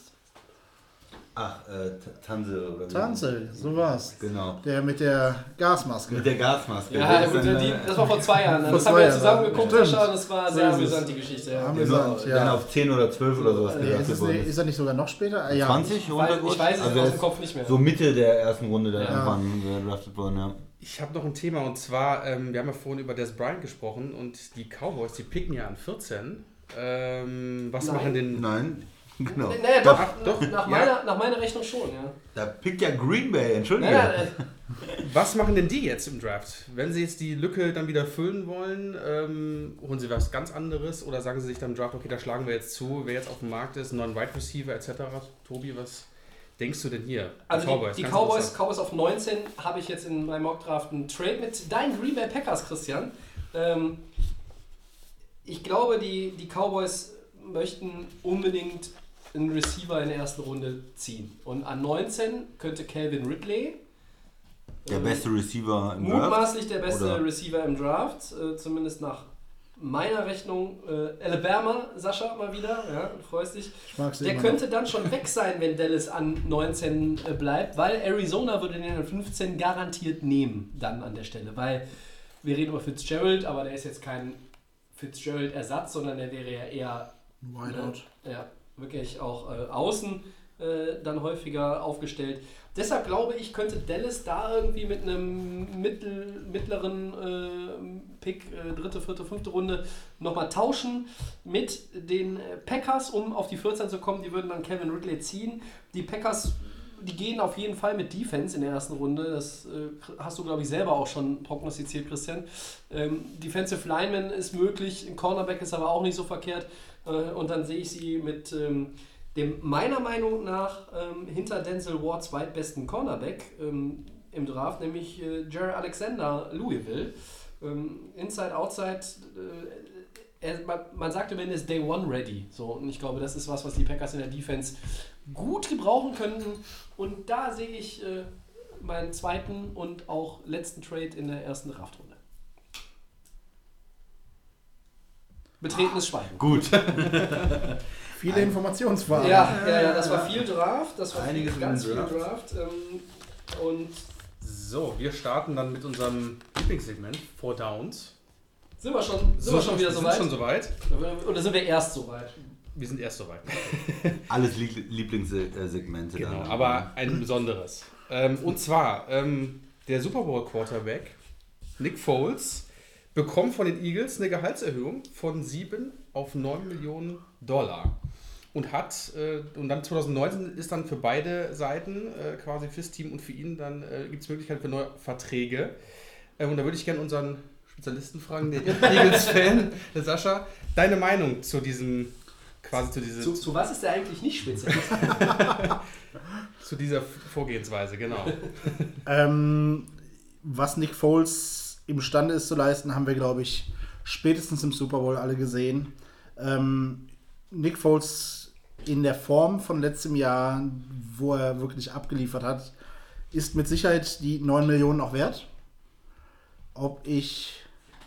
Ach, äh, Tanze oder wie? Tanze, so war's. Genau. Der mit der Gasmaske. Mit der Gasmaske. Ja, Das ist gut, dann, die, äh, das war vor zwei Jahren. Vor Das zwei haben wir ja Jahren, zusammen geguckt, stimmt. Sascha, das war So sehr ist es. amüsant, die Geschichte. Ja. Amüsant, Genau, ja. dann auf zehn oder zwölf oder sowas Nee, ist, gedraftet es, worden nee, ist. ist er nicht sogar noch später? Ah, ja. zwanzig Ich weiß, ich runtergerutscht? weiß es Also aus er dem ist Kopf nicht mehr. So Mitte der ersten Runde da Ja. irgendwann gedraftet worden, ja. Ich habe noch ein Thema und zwar, ähm, wir haben ja vorhin über Des Bryant gesprochen und die Cowboys, die picken ja an vierzehn. Ähm, was Nein. machen denn... Nein, genau. Naja, doch, Ach, doch, nach, ja. meiner, nach meiner Rechnung schon, ja. Da pickt ja Green Bay, entschuldige. Naja, äh, Was machen denn die jetzt im Draft? Wenn sie jetzt die Lücke dann wieder füllen wollen, ähm, holen sie was ganz anderes oder sagen sie sich dann im Draft, okay, da schlagen wir jetzt zu, wer jetzt auf dem Markt ist, Non-Wide Receiver et cetera. Tobi, was denkst du denn hier? also die, die ganz Cowboys, interessant. Cowboys auf neunzehn habe ich jetzt in meinem Mockdraft einen Trade mit deinen Green Bay Packers, Christian. Ähm, ich glaube, die, die Cowboys möchten unbedingt einen Receiver in der ersten Runde ziehen. Und an neunzehn könnte Calvin Ridley, Der ähm, beste Receiver im Draft. mutmaßlich der beste Oder? Receiver im Draft, äh, zumindest nach meiner Rechnung. Äh, Alabama, Sascha, mal wieder, ja, du freust dich. Ich mag sie Der immer könnte noch. dann schon weg sein, wenn Dallas an neunzehn äh, bleibt, weil Arizona würde den an fünfzehn garantiert nehmen, dann an der Stelle. Weil wir reden über Fitzgerald, aber der ist jetzt kein Fitzgerald-Ersatz, sondern der wäre ja eher Wideout. äh, ja, wirklich auch äh, außen äh, dann häufiger aufgestellt. Deshalb glaube ich, könnte Dallas da irgendwie mit einem mittel, mittleren äh, Pick, äh, dritte, vierte, fünfte Runde nochmal tauschen mit den Packers, um auf die vierzehn zu kommen. Die würden dann Calvin Ridley ziehen. Die Packers, die gehen auf jeden Fall mit Defense in der ersten Runde. Das äh, hast du, glaube ich, selber auch schon prognostiziert, Christian. Ähm, Defensive Lineman ist möglich, ein Cornerback ist aber auch nicht so verkehrt. Äh, und dann sehe ich sie mit ähm, dem meiner Meinung nach ähm, hinter Denzel Ward zweitbesten Cornerback ähm, im Draft, nämlich äh, Jared Alexander, Louisville. Ähm, Inside, Outside, äh, er, man, man sagte, wenn er ist Day One ready. So, und ich glaube, das ist was, was die Packers in der Defense gut gebrauchen könnten. Und da sehe ich äh, meinen zweiten und auch letzten Trade in der ersten Draftrunde. Betretenes Schweigen. Gut. Viele Informationsfarben. Ja, ja, ja, das war viel Draft, das war Einiges viel, ganz in viel den Draft. Ähm, und So, wir starten dann mit unserem Lieblingssegment, Four Downs. sind wir schon, sind wir schon wieder sind soweit? schon soweit. Oder sind wir erst soweit? Wir sind erst soweit. Alles Lie- Lieblingssegmente. Genau, dann. aber ein besonderes. Ähm, und zwar, ähm, der Super Bowl Quarterback Nick Foles bekommt von den Eagles eine Gehaltserhöhung von sieben auf neun Millionen Dollar. Und hat, äh, und dann zwanzig neunzehn ist dann für beide Seiten, äh, quasi fürs Team und für ihn, dann äh, gibt es Möglichkeiten für neue Verträge. Äh, und da würde ich gerne unseren Spezialisten fragen, den Eagles-Fan, der Sascha, deine Meinung zu diesem, quasi zu, diese, Zu, zu was ist der eigentlich nicht speziell? zu dieser Vorgehensweise, genau. Ähm, was Nick Foles imstande ist zu leisten, haben wir, glaube ich, spätestens im Super Bowl alle gesehen. Ähm, Nick Foles in der Form von letztem Jahr, wo er wirklich abgeliefert hat, ist mit Sicherheit die neun Millionen auch wert. Ob ich,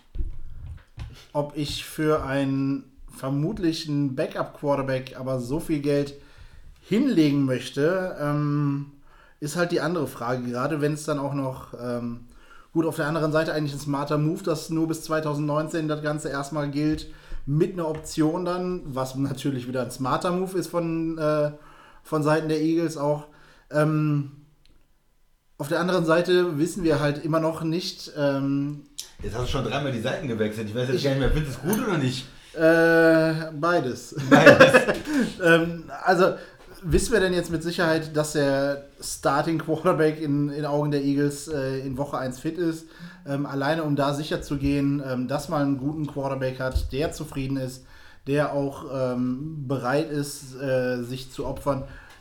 ob ich für einen vermutlichen Backup-Quarterback aber so viel Geld hinlegen möchte, ähm, ist halt die andere Frage. Gerade wenn es dann auch noch, ähm, gut, auf der anderen Seite eigentlich ein smarter Move, dass nur bis zwanzig neunzehn das Ganze erstmal gilt, mit einer Option dann, was natürlich wieder ein smarter Move ist von, äh, von Seiten der Eagles auch. Ähm, auf der anderen Seite wissen wir halt immer noch nicht. Ähm, Jetzt hast du schon dreimal die Seiten gewechselt. Ich weiß jetzt gar nicht mehr, findest du es gut oder nicht? Äh, beides. Beides. ähm, also, wissen wir denn jetzt mit Sicherheit, dass der Starting Quarterback in, in Augen der Eagles äh, in Woche eins fit ist? Ähm, alleine um da sicher zu gehen, ähm, dass man einen guten Quarterback hat, der zufrieden ist, der auch ähm, bereit ist, äh, sich zu opfern.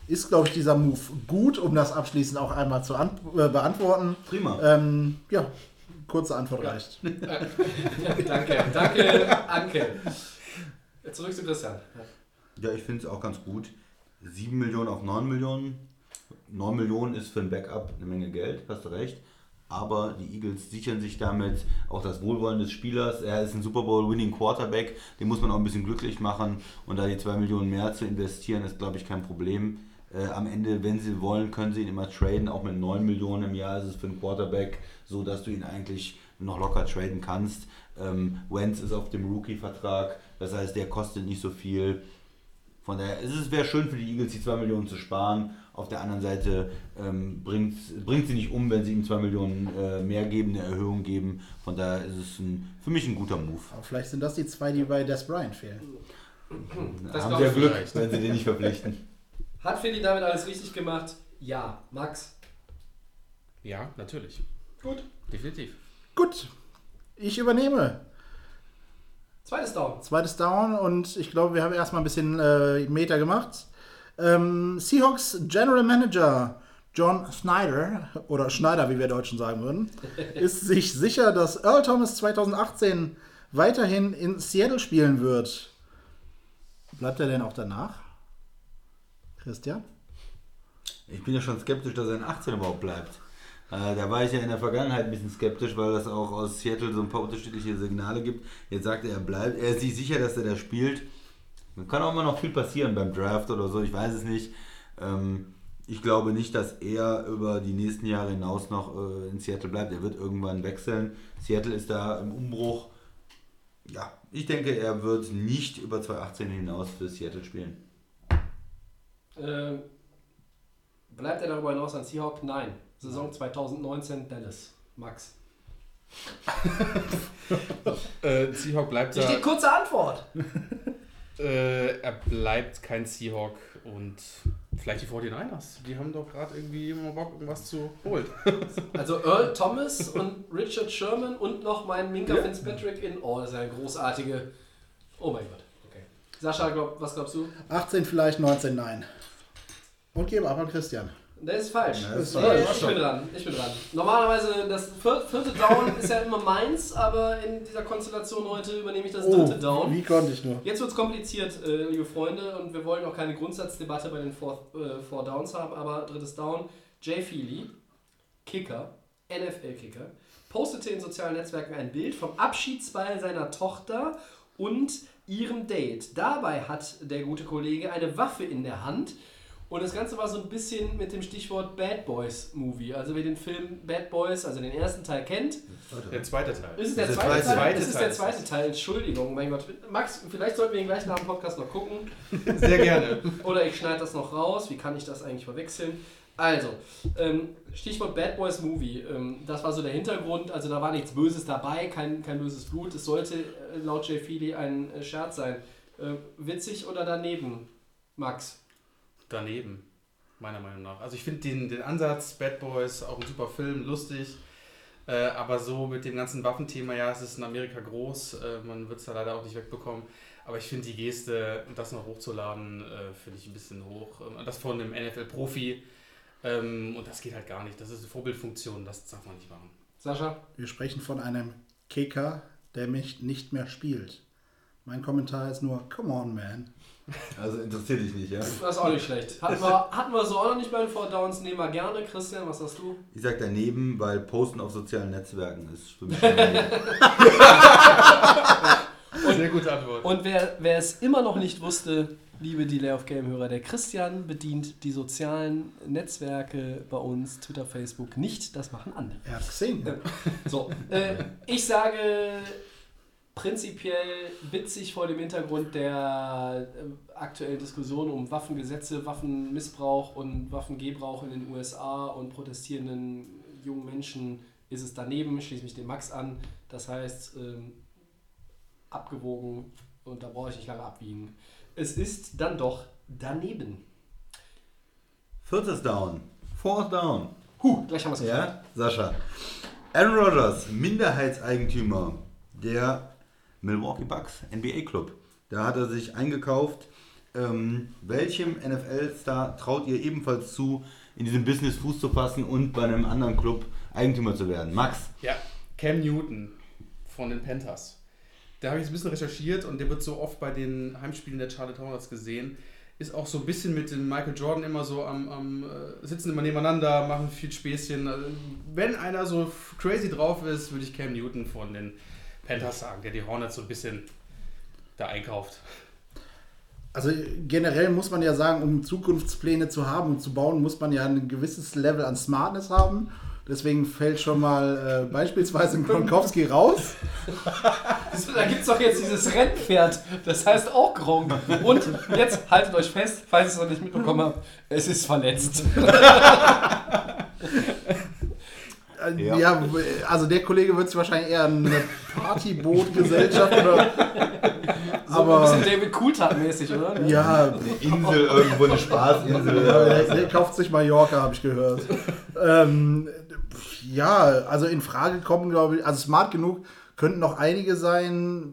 ist, glaube ich, dieser Move gut, um das abschließend auch einmal zu an- äh, beantworten. Prima. Ähm, ja, kurze Antwort reicht. Danke, danke, Anke. Zurück zu Christian. Ja, ich finde es auch ganz gut. sieben Millionen auf neun Millionen. neun Millionen ist für ein Backup eine Menge Geld, hast du recht. Aber die Eagles sichern sich damit auch das Wohlwollen des Spielers. Er ist ein Super Bowl-Winning Quarterback, den muss man auch ein bisschen glücklich machen. Und da die zwei Millionen mehr zu investieren, ist, glaube ich, kein Problem. Äh, am Ende, wenn sie wollen, können sie ihn immer traden. Auch mit neun Millionen im Jahr ist es für einen Quarterback so, dass du ihn eigentlich noch locker traden kannst. Ähm, Wentz ist auf dem Rookie-Vertrag, das heißt, der kostet nicht so viel. Von daher ist es wäre schön für die Eagles, die zwei Millionen zu sparen. Auf der anderen Seite ähm, bringt, bringt sie nicht um, wenn sie ihm zwei Millionen äh, mehr geben, eine Erhöhung geben. Von daher ist es ein, für mich ein guter Move. Aber vielleicht sind das die zwei, die bei Des Bryant fehlen. Das Haben glaub sie ja ich Glück, vielleicht. wenn sie den nicht verpflichten. Hat Philly damit alles richtig gemacht? Ja. Max? Ja, natürlich. Gut. Definitiv. Gut, ich übernehme. Zweites Down. Zweites Down und ich glaube, wir haben erstmal ein bisschen äh, Meter gemacht. Ähm, Seahawks General Manager John Schneider, oder Schneider, wie wir Deutschen sagen würden, ist sich sicher, dass Earl Thomas zwanzig achtzehn weiterhin in Seattle spielen wird. Bleibt er denn auch danach? Christian? Ich bin ja schon skeptisch, dass er in achtzehn überhaupt bleibt. Äh, da war ich ja in der Vergangenheit ein bisschen skeptisch, weil es auch aus Seattle so ein paar unterschiedliche Signale gibt. Jetzt sagt er, er bleibt. Er ist sich sicher, dass er da spielt. Dann kann auch immer noch viel passieren beim Draft oder so, ich weiß es nicht. Ähm, ich glaube nicht, dass er über die nächsten Jahre hinaus noch äh, in Seattle bleibt. Er wird irgendwann wechseln. Seattle ist da im Umbruch. Ja, ich denke, er wird nicht über zwanzig achtzehn hinaus für Seattle spielen. Ähm, bleibt er darüber hinaus an Seahawk? Nein. Saison zwanzig neunzehn Dallas. Max. Äh, Seahawk bleibt Hier da. steht kurze Antwort. Äh, er bleibt kein Seahawk und vielleicht die forty-niners. Die haben doch gerade irgendwie immer Bock, irgendwas zu holen. Also Earl Thomas und Richard Sherman und noch mein Minka Ja. Fitzpatrick in. Oh, das ist eine großartige. Oh mein Gott. Okay. Sascha, glaub, was glaubst du? achtzehn vielleicht, neunzehn nein. Und gebe ab an Christian. Das ist falsch. Ja, das ist Nee, falsch. ich bin dran. Ich bin dran. Normalerweise das vier- vierte Down ist ja immer meins, aber in dieser Konstellation heute übernehme ich das dritte Down. Wie konnte ich nur? Jetzt wird es kompliziert, äh, liebe Freunde, und wir wollen auch keine Grundsatzdebatte bei den Four, äh, Four Downs haben, aber drittes Down. Jay Feely, Kicker, N F L-Kicker, postete in sozialen Netzwerken ein Bild vom Abschiedsball seiner Tochter und ihrem Date. Dabei hat der gute Kollege eine Waffe in der Hand. Und das Ganze war so ein bisschen mit dem Stichwort Bad Boys Movie. Also wer den Film Bad Boys, also den ersten Teil kennt, Der zweite Teil. ist es der Das ist der zweite zweite Teil? Teil. Es ist der zweite Teil, Entschuldigung, mein Gott. Max, vielleicht sollten wir ihn gleich nach dem Podcast noch gucken. Sehr gerne. Oder ich schneide das noch raus. Wie kann ich das eigentlich verwechseln? Also, ähm, Stichwort Bad Boys Movie. Ähm, das war so der Hintergrund. Also da war nichts Böses dabei, kein, kein böses Blut. Es sollte äh, laut Jay Feely ein äh, Scherz sein. Äh, witzig oder daneben, Max? Daneben, meiner Meinung nach. Also ich finde den, den Ansatz Bad Boys auch ein super Film, lustig. Äh, aber so mit dem ganzen Waffenthema, ja, es ist in Amerika groß, äh, man wird es da leider auch nicht wegbekommen. Aber ich finde die Geste, das noch hochzuladen, äh, finde ich ein bisschen hoch. Ähm, das von einem N F L-Profi. Ähm, und das geht halt gar nicht. Das ist eine Vorbildfunktion, das darf man nicht machen. Sascha? Wir sprechen von einem Kicker, der mich nicht mehr spielt. Mein Kommentar ist nur, come on, man. Also interessiert dich nicht, ja? Das ist auch nicht schlecht. Hatten wir, hatten wir so auch noch nicht bei den Four Downs, nehmen wir gerne. Christian, was sagst du? Ich sag daneben, weil Posten auf sozialen Netzwerken ist für mich daneben. Sehr gute Antwort. Und wer, wer es immer noch nicht wusste, liebe Delay of Game-Hörer, der Christian bedient die sozialen Netzwerke bei uns, Twitter, Facebook, nicht. Das machen andere. Er hat gesehen. So, äh, ich sage prinzipiell witzig vor dem Hintergrund der äh, aktuellen Diskussion um Waffengesetze, Waffenmissbrauch und Waffengebrauch in den U S A und protestierenden jungen Menschen ist es daneben, schließe mich dem Max an. Das heißt, ähm, abgewogen, und da brauche ich nicht lange abwiegen. Es ist dann doch daneben. Viertes Down. Fourth Down. Huh, gleich haben wir es Ja, Sascha. Aaron Rodgers, Minderheitseigentümer der Milwaukee Bucks, N B A-Club. Da hat er sich eingekauft Ähm, welchem N F L-Star traut ihr ebenfalls zu, in diesem Business Fuß zu fassen und bei einem anderen Club Eigentümer zu werden? Max? Ja, Cam Newton von den Panthers. Da habe ich ein bisschen recherchiert und der wird so oft bei den Heimspielen der Charlotte Hornets gesehen. Ist auch so ein bisschen mit dem Michael Jordan immer so am, am äh, sitzen immer nebeneinander, machen viel Späßchen. Also, wenn einer so crazy drauf ist, würde ich Cam Newton von den Panthers sagen, der die Hornets so ein bisschen da einkauft. Also generell muss man ja sagen, um Zukunftspläne zu haben und zu bauen, muss man ja ein gewisses Level an Smartness haben. Deswegen fällt schon mal äh, beispielsweise ein Gronkowski raus. Da gibt es doch jetzt dieses Rennpferd, das heißt auch Gronk. Und jetzt haltet euch fest, falls ihr es noch nicht mitbekommen habt, es ist verletzt. Ja. ja, also der Kollege wird sich wahrscheinlich eher eine Partyboot-Gesellschaft oder. So aber ein bisschen David Coulthard-mäßig, oder? Ja, Eine Insel, irgendwo eine Spaßinsel. der, der kauft sich Mallorca, habe ich gehört. ähm, ja, also in Frage kommen, glaube ich, also smart genug könnten noch einige sein.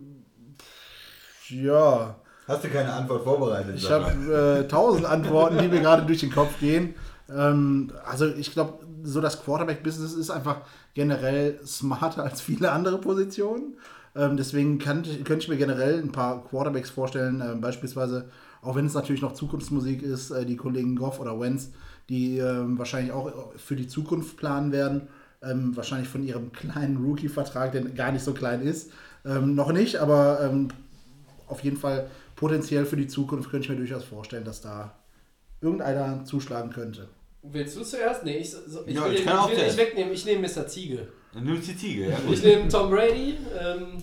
Ja. Hast du keine Antwort vorbereitet? Ich habe äh, tausend Antworten, die mir gerade durch den Kopf gehen. Ähm, also ich glaube, so das Quarterback-Business ist einfach generell smarter als viele andere Positionen. Ähm, deswegen kann, könnte ich mir generell ein paar Quarterbacks vorstellen, äh, beispielsweise, auch wenn es natürlich noch Zukunftsmusik ist, äh, die Kollegen Goff oder Wentz, die äh, wahrscheinlich auch für die Zukunft planen werden. Ähm, wahrscheinlich von ihrem kleinen Rookie-Vertrag, der gar nicht so klein ist, ähm, noch nicht, aber ähm, auf jeden Fall potenziell für die Zukunft könnte ich mir durchaus vorstellen, dass da irgendeiner zuschlagen könnte. Willst du zuerst? Nee, ich, so, ich, Ja, will, ich ich, kann auch will der. nicht wegnehmen. Ich nehme Mister Ziege. Dann nimmst du die Ziege, ja gut. Ich nehme Tom Brady. Ähm,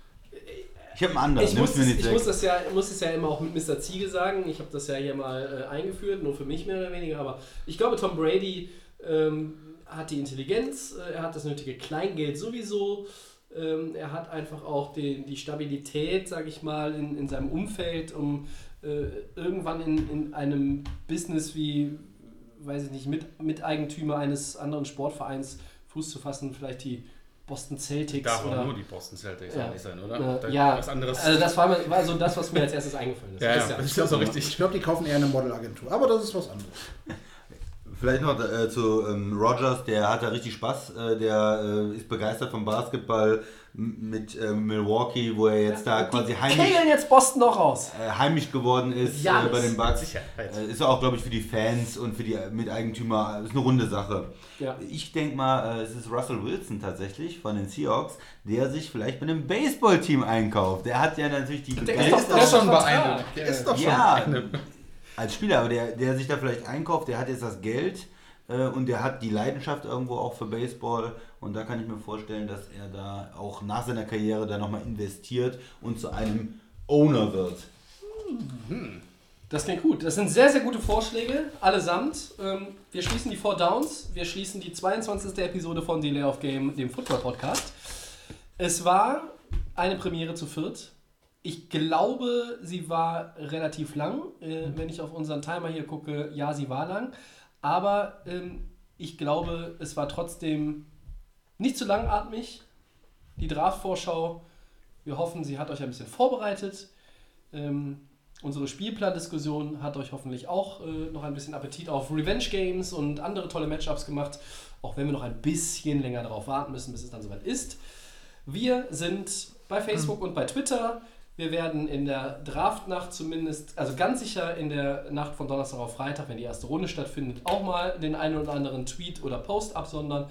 Ich habe einen anderen, ich muss, nimmst du mir es, nicht ich weg. muss, das ja, muss es ja immer auch mit Mister Ziege sagen. Ich habe das ja hier mal äh, eingeführt, nur für mich mehr oder weniger. Aber ich glaube, Tom Brady ähm, hat die Intelligenz, äh, er hat das nötige Kleingeld sowieso. Ähm, er hat einfach auch die, die Stabilität, sage ich mal, in, in seinem Umfeld, um äh, irgendwann in, in einem Business wie, weiß ich nicht, mit, Miteigentümer eines anderen Sportvereins Fuß zu fassen, vielleicht die Boston Celtics. Darf oder auch nur die Boston Celtics ja. nicht sein, oder? Äh, Da ja, was anderes. also das war, mir- war so das, was mir als erstes eingefallen ist. ja, ja, Ist ja- das ist ja so richtig. Ich glaube, die kaufen eher eine Modelagentur, aber das ist was anderes. Vielleicht noch äh, zu ähm, Rodgers, der hat da richtig Spaß, äh, der äh, ist begeistert vom Basketball m- mit äh, Milwaukee, wo er jetzt da quasi heimisch, Kegeln jetzt Boston noch raus. äh, heimisch geworden ist äh, Giannis. bei den Bucks. Sicherheit. Äh, ist auch, glaube ich, für die Fans und für die Miteigentümer ist eine runde Sache. Ja. Ich denke mal, äh, es ist Russell Wilson tatsächlich von den Seahawks, der sich vielleicht bei einem Baseballteam einkauft. Der hat ja natürlich die Der ist doch- Der ist schon bei Vertrag. einem. Der ist doch schon Ja, bei einem. als Spieler, aber der, der sich da vielleicht einkauft, der hat jetzt das Geld äh, und der hat die Leidenschaft irgendwo auch für Baseball und da kann ich mir vorstellen, dass er da auch nach seiner Karriere da nochmal investiert und zu einem Owner wird. Das klingt gut. Das sind sehr, sehr gute Vorschläge, allesamt. Ähm, wir schließen die Four Downs. Wir schließen die zweiundzwanzigste Episode von Delay of Game, dem Football-Podcast. Es war eine Premiere zu viert. Ich glaube, sie war relativ lang. Äh, wenn ich auf unseren Timer hier gucke, ja, sie war lang. Aber ähm, ich glaube, es war trotzdem nicht zu langatmig. Die Draft-Vorschau, wir hoffen, sie hat euch ein bisschen vorbereitet. Ähm, unsere Spielplandiskussion hat euch hoffentlich auch äh, noch ein bisschen Appetit auf Revenge Games und andere tolle Matchups gemacht. Auch wenn wir noch ein bisschen länger darauf warten müssen, bis es dann soweit ist. Wir sind bei Facebook und bei Twitter. Wir werden in der Draftnacht zumindest, also ganz sicher in der Nacht von Donnerstag auf Freitag, wenn die erste Runde stattfindet, auch mal den einen oder anderen Tweet oder Post absondern.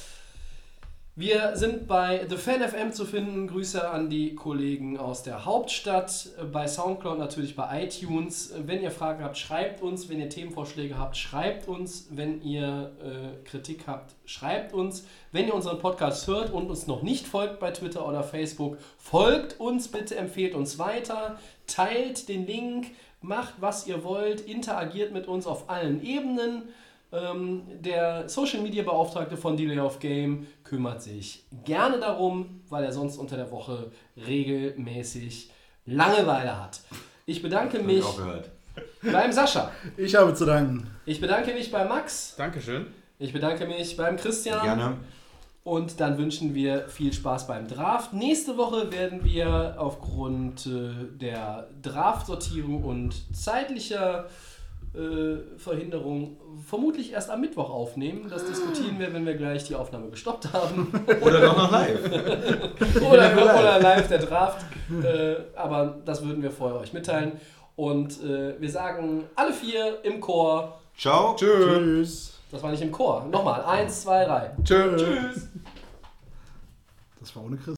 Wir sind bei The Fan F M zu finden. Grüße an die Kollegen aus der Hauptstadt. Bei Soundcloud, natürlich bei iTunes. Wenn ihr Fragen habt, schreibt uns. Wenn ihr Themenvorschläge habt, schreibt uns. Wenn ihr äh, Kritik habt, schreibt uns. Wenn ihr unseren Podcast hört und uns noch nicht folgt bei Twitter oder Facebook, folgt uns bitte, empfehlt uns weiter, teilt den Link, macht was ihr wollt, interagiert mit uns auf allen Ebenen. Ähm, der Social Media Beauftragte von Delay of Game kümmert sich gerne darum, weil er sonst unter der Woche regelmäßig Langeweile hat. Ich bedanke Hab mich ich auch gehört. beim Sascha. Ich habe zu danken. Ich bedanke mich bei Max. Dankeschön. Ich bedanke mich beim Christian. Gerne. Und dann wünschen wir viel Spaß beim Draft. Nächste Woche werden wir aufgrund äh, der Draft-Sortierung und zeitlicher äh, Verhinderung vermutlich erst am Mittwoch aufnehmen. Das diskutieren wir, wenn wir gleich die Aufnahme gestoppt haben. Oder doch noch live. oder, oder live der Draft. Äh, aber das würden wir vorher euch mitteilen. Und äh, wir sagen alle vier im Chor. Ciao. Tschüss. Das war nicht im Chor. Nochmal. Eins, zwei, drei. Tschö. Tschüss. Das war ohne Chris.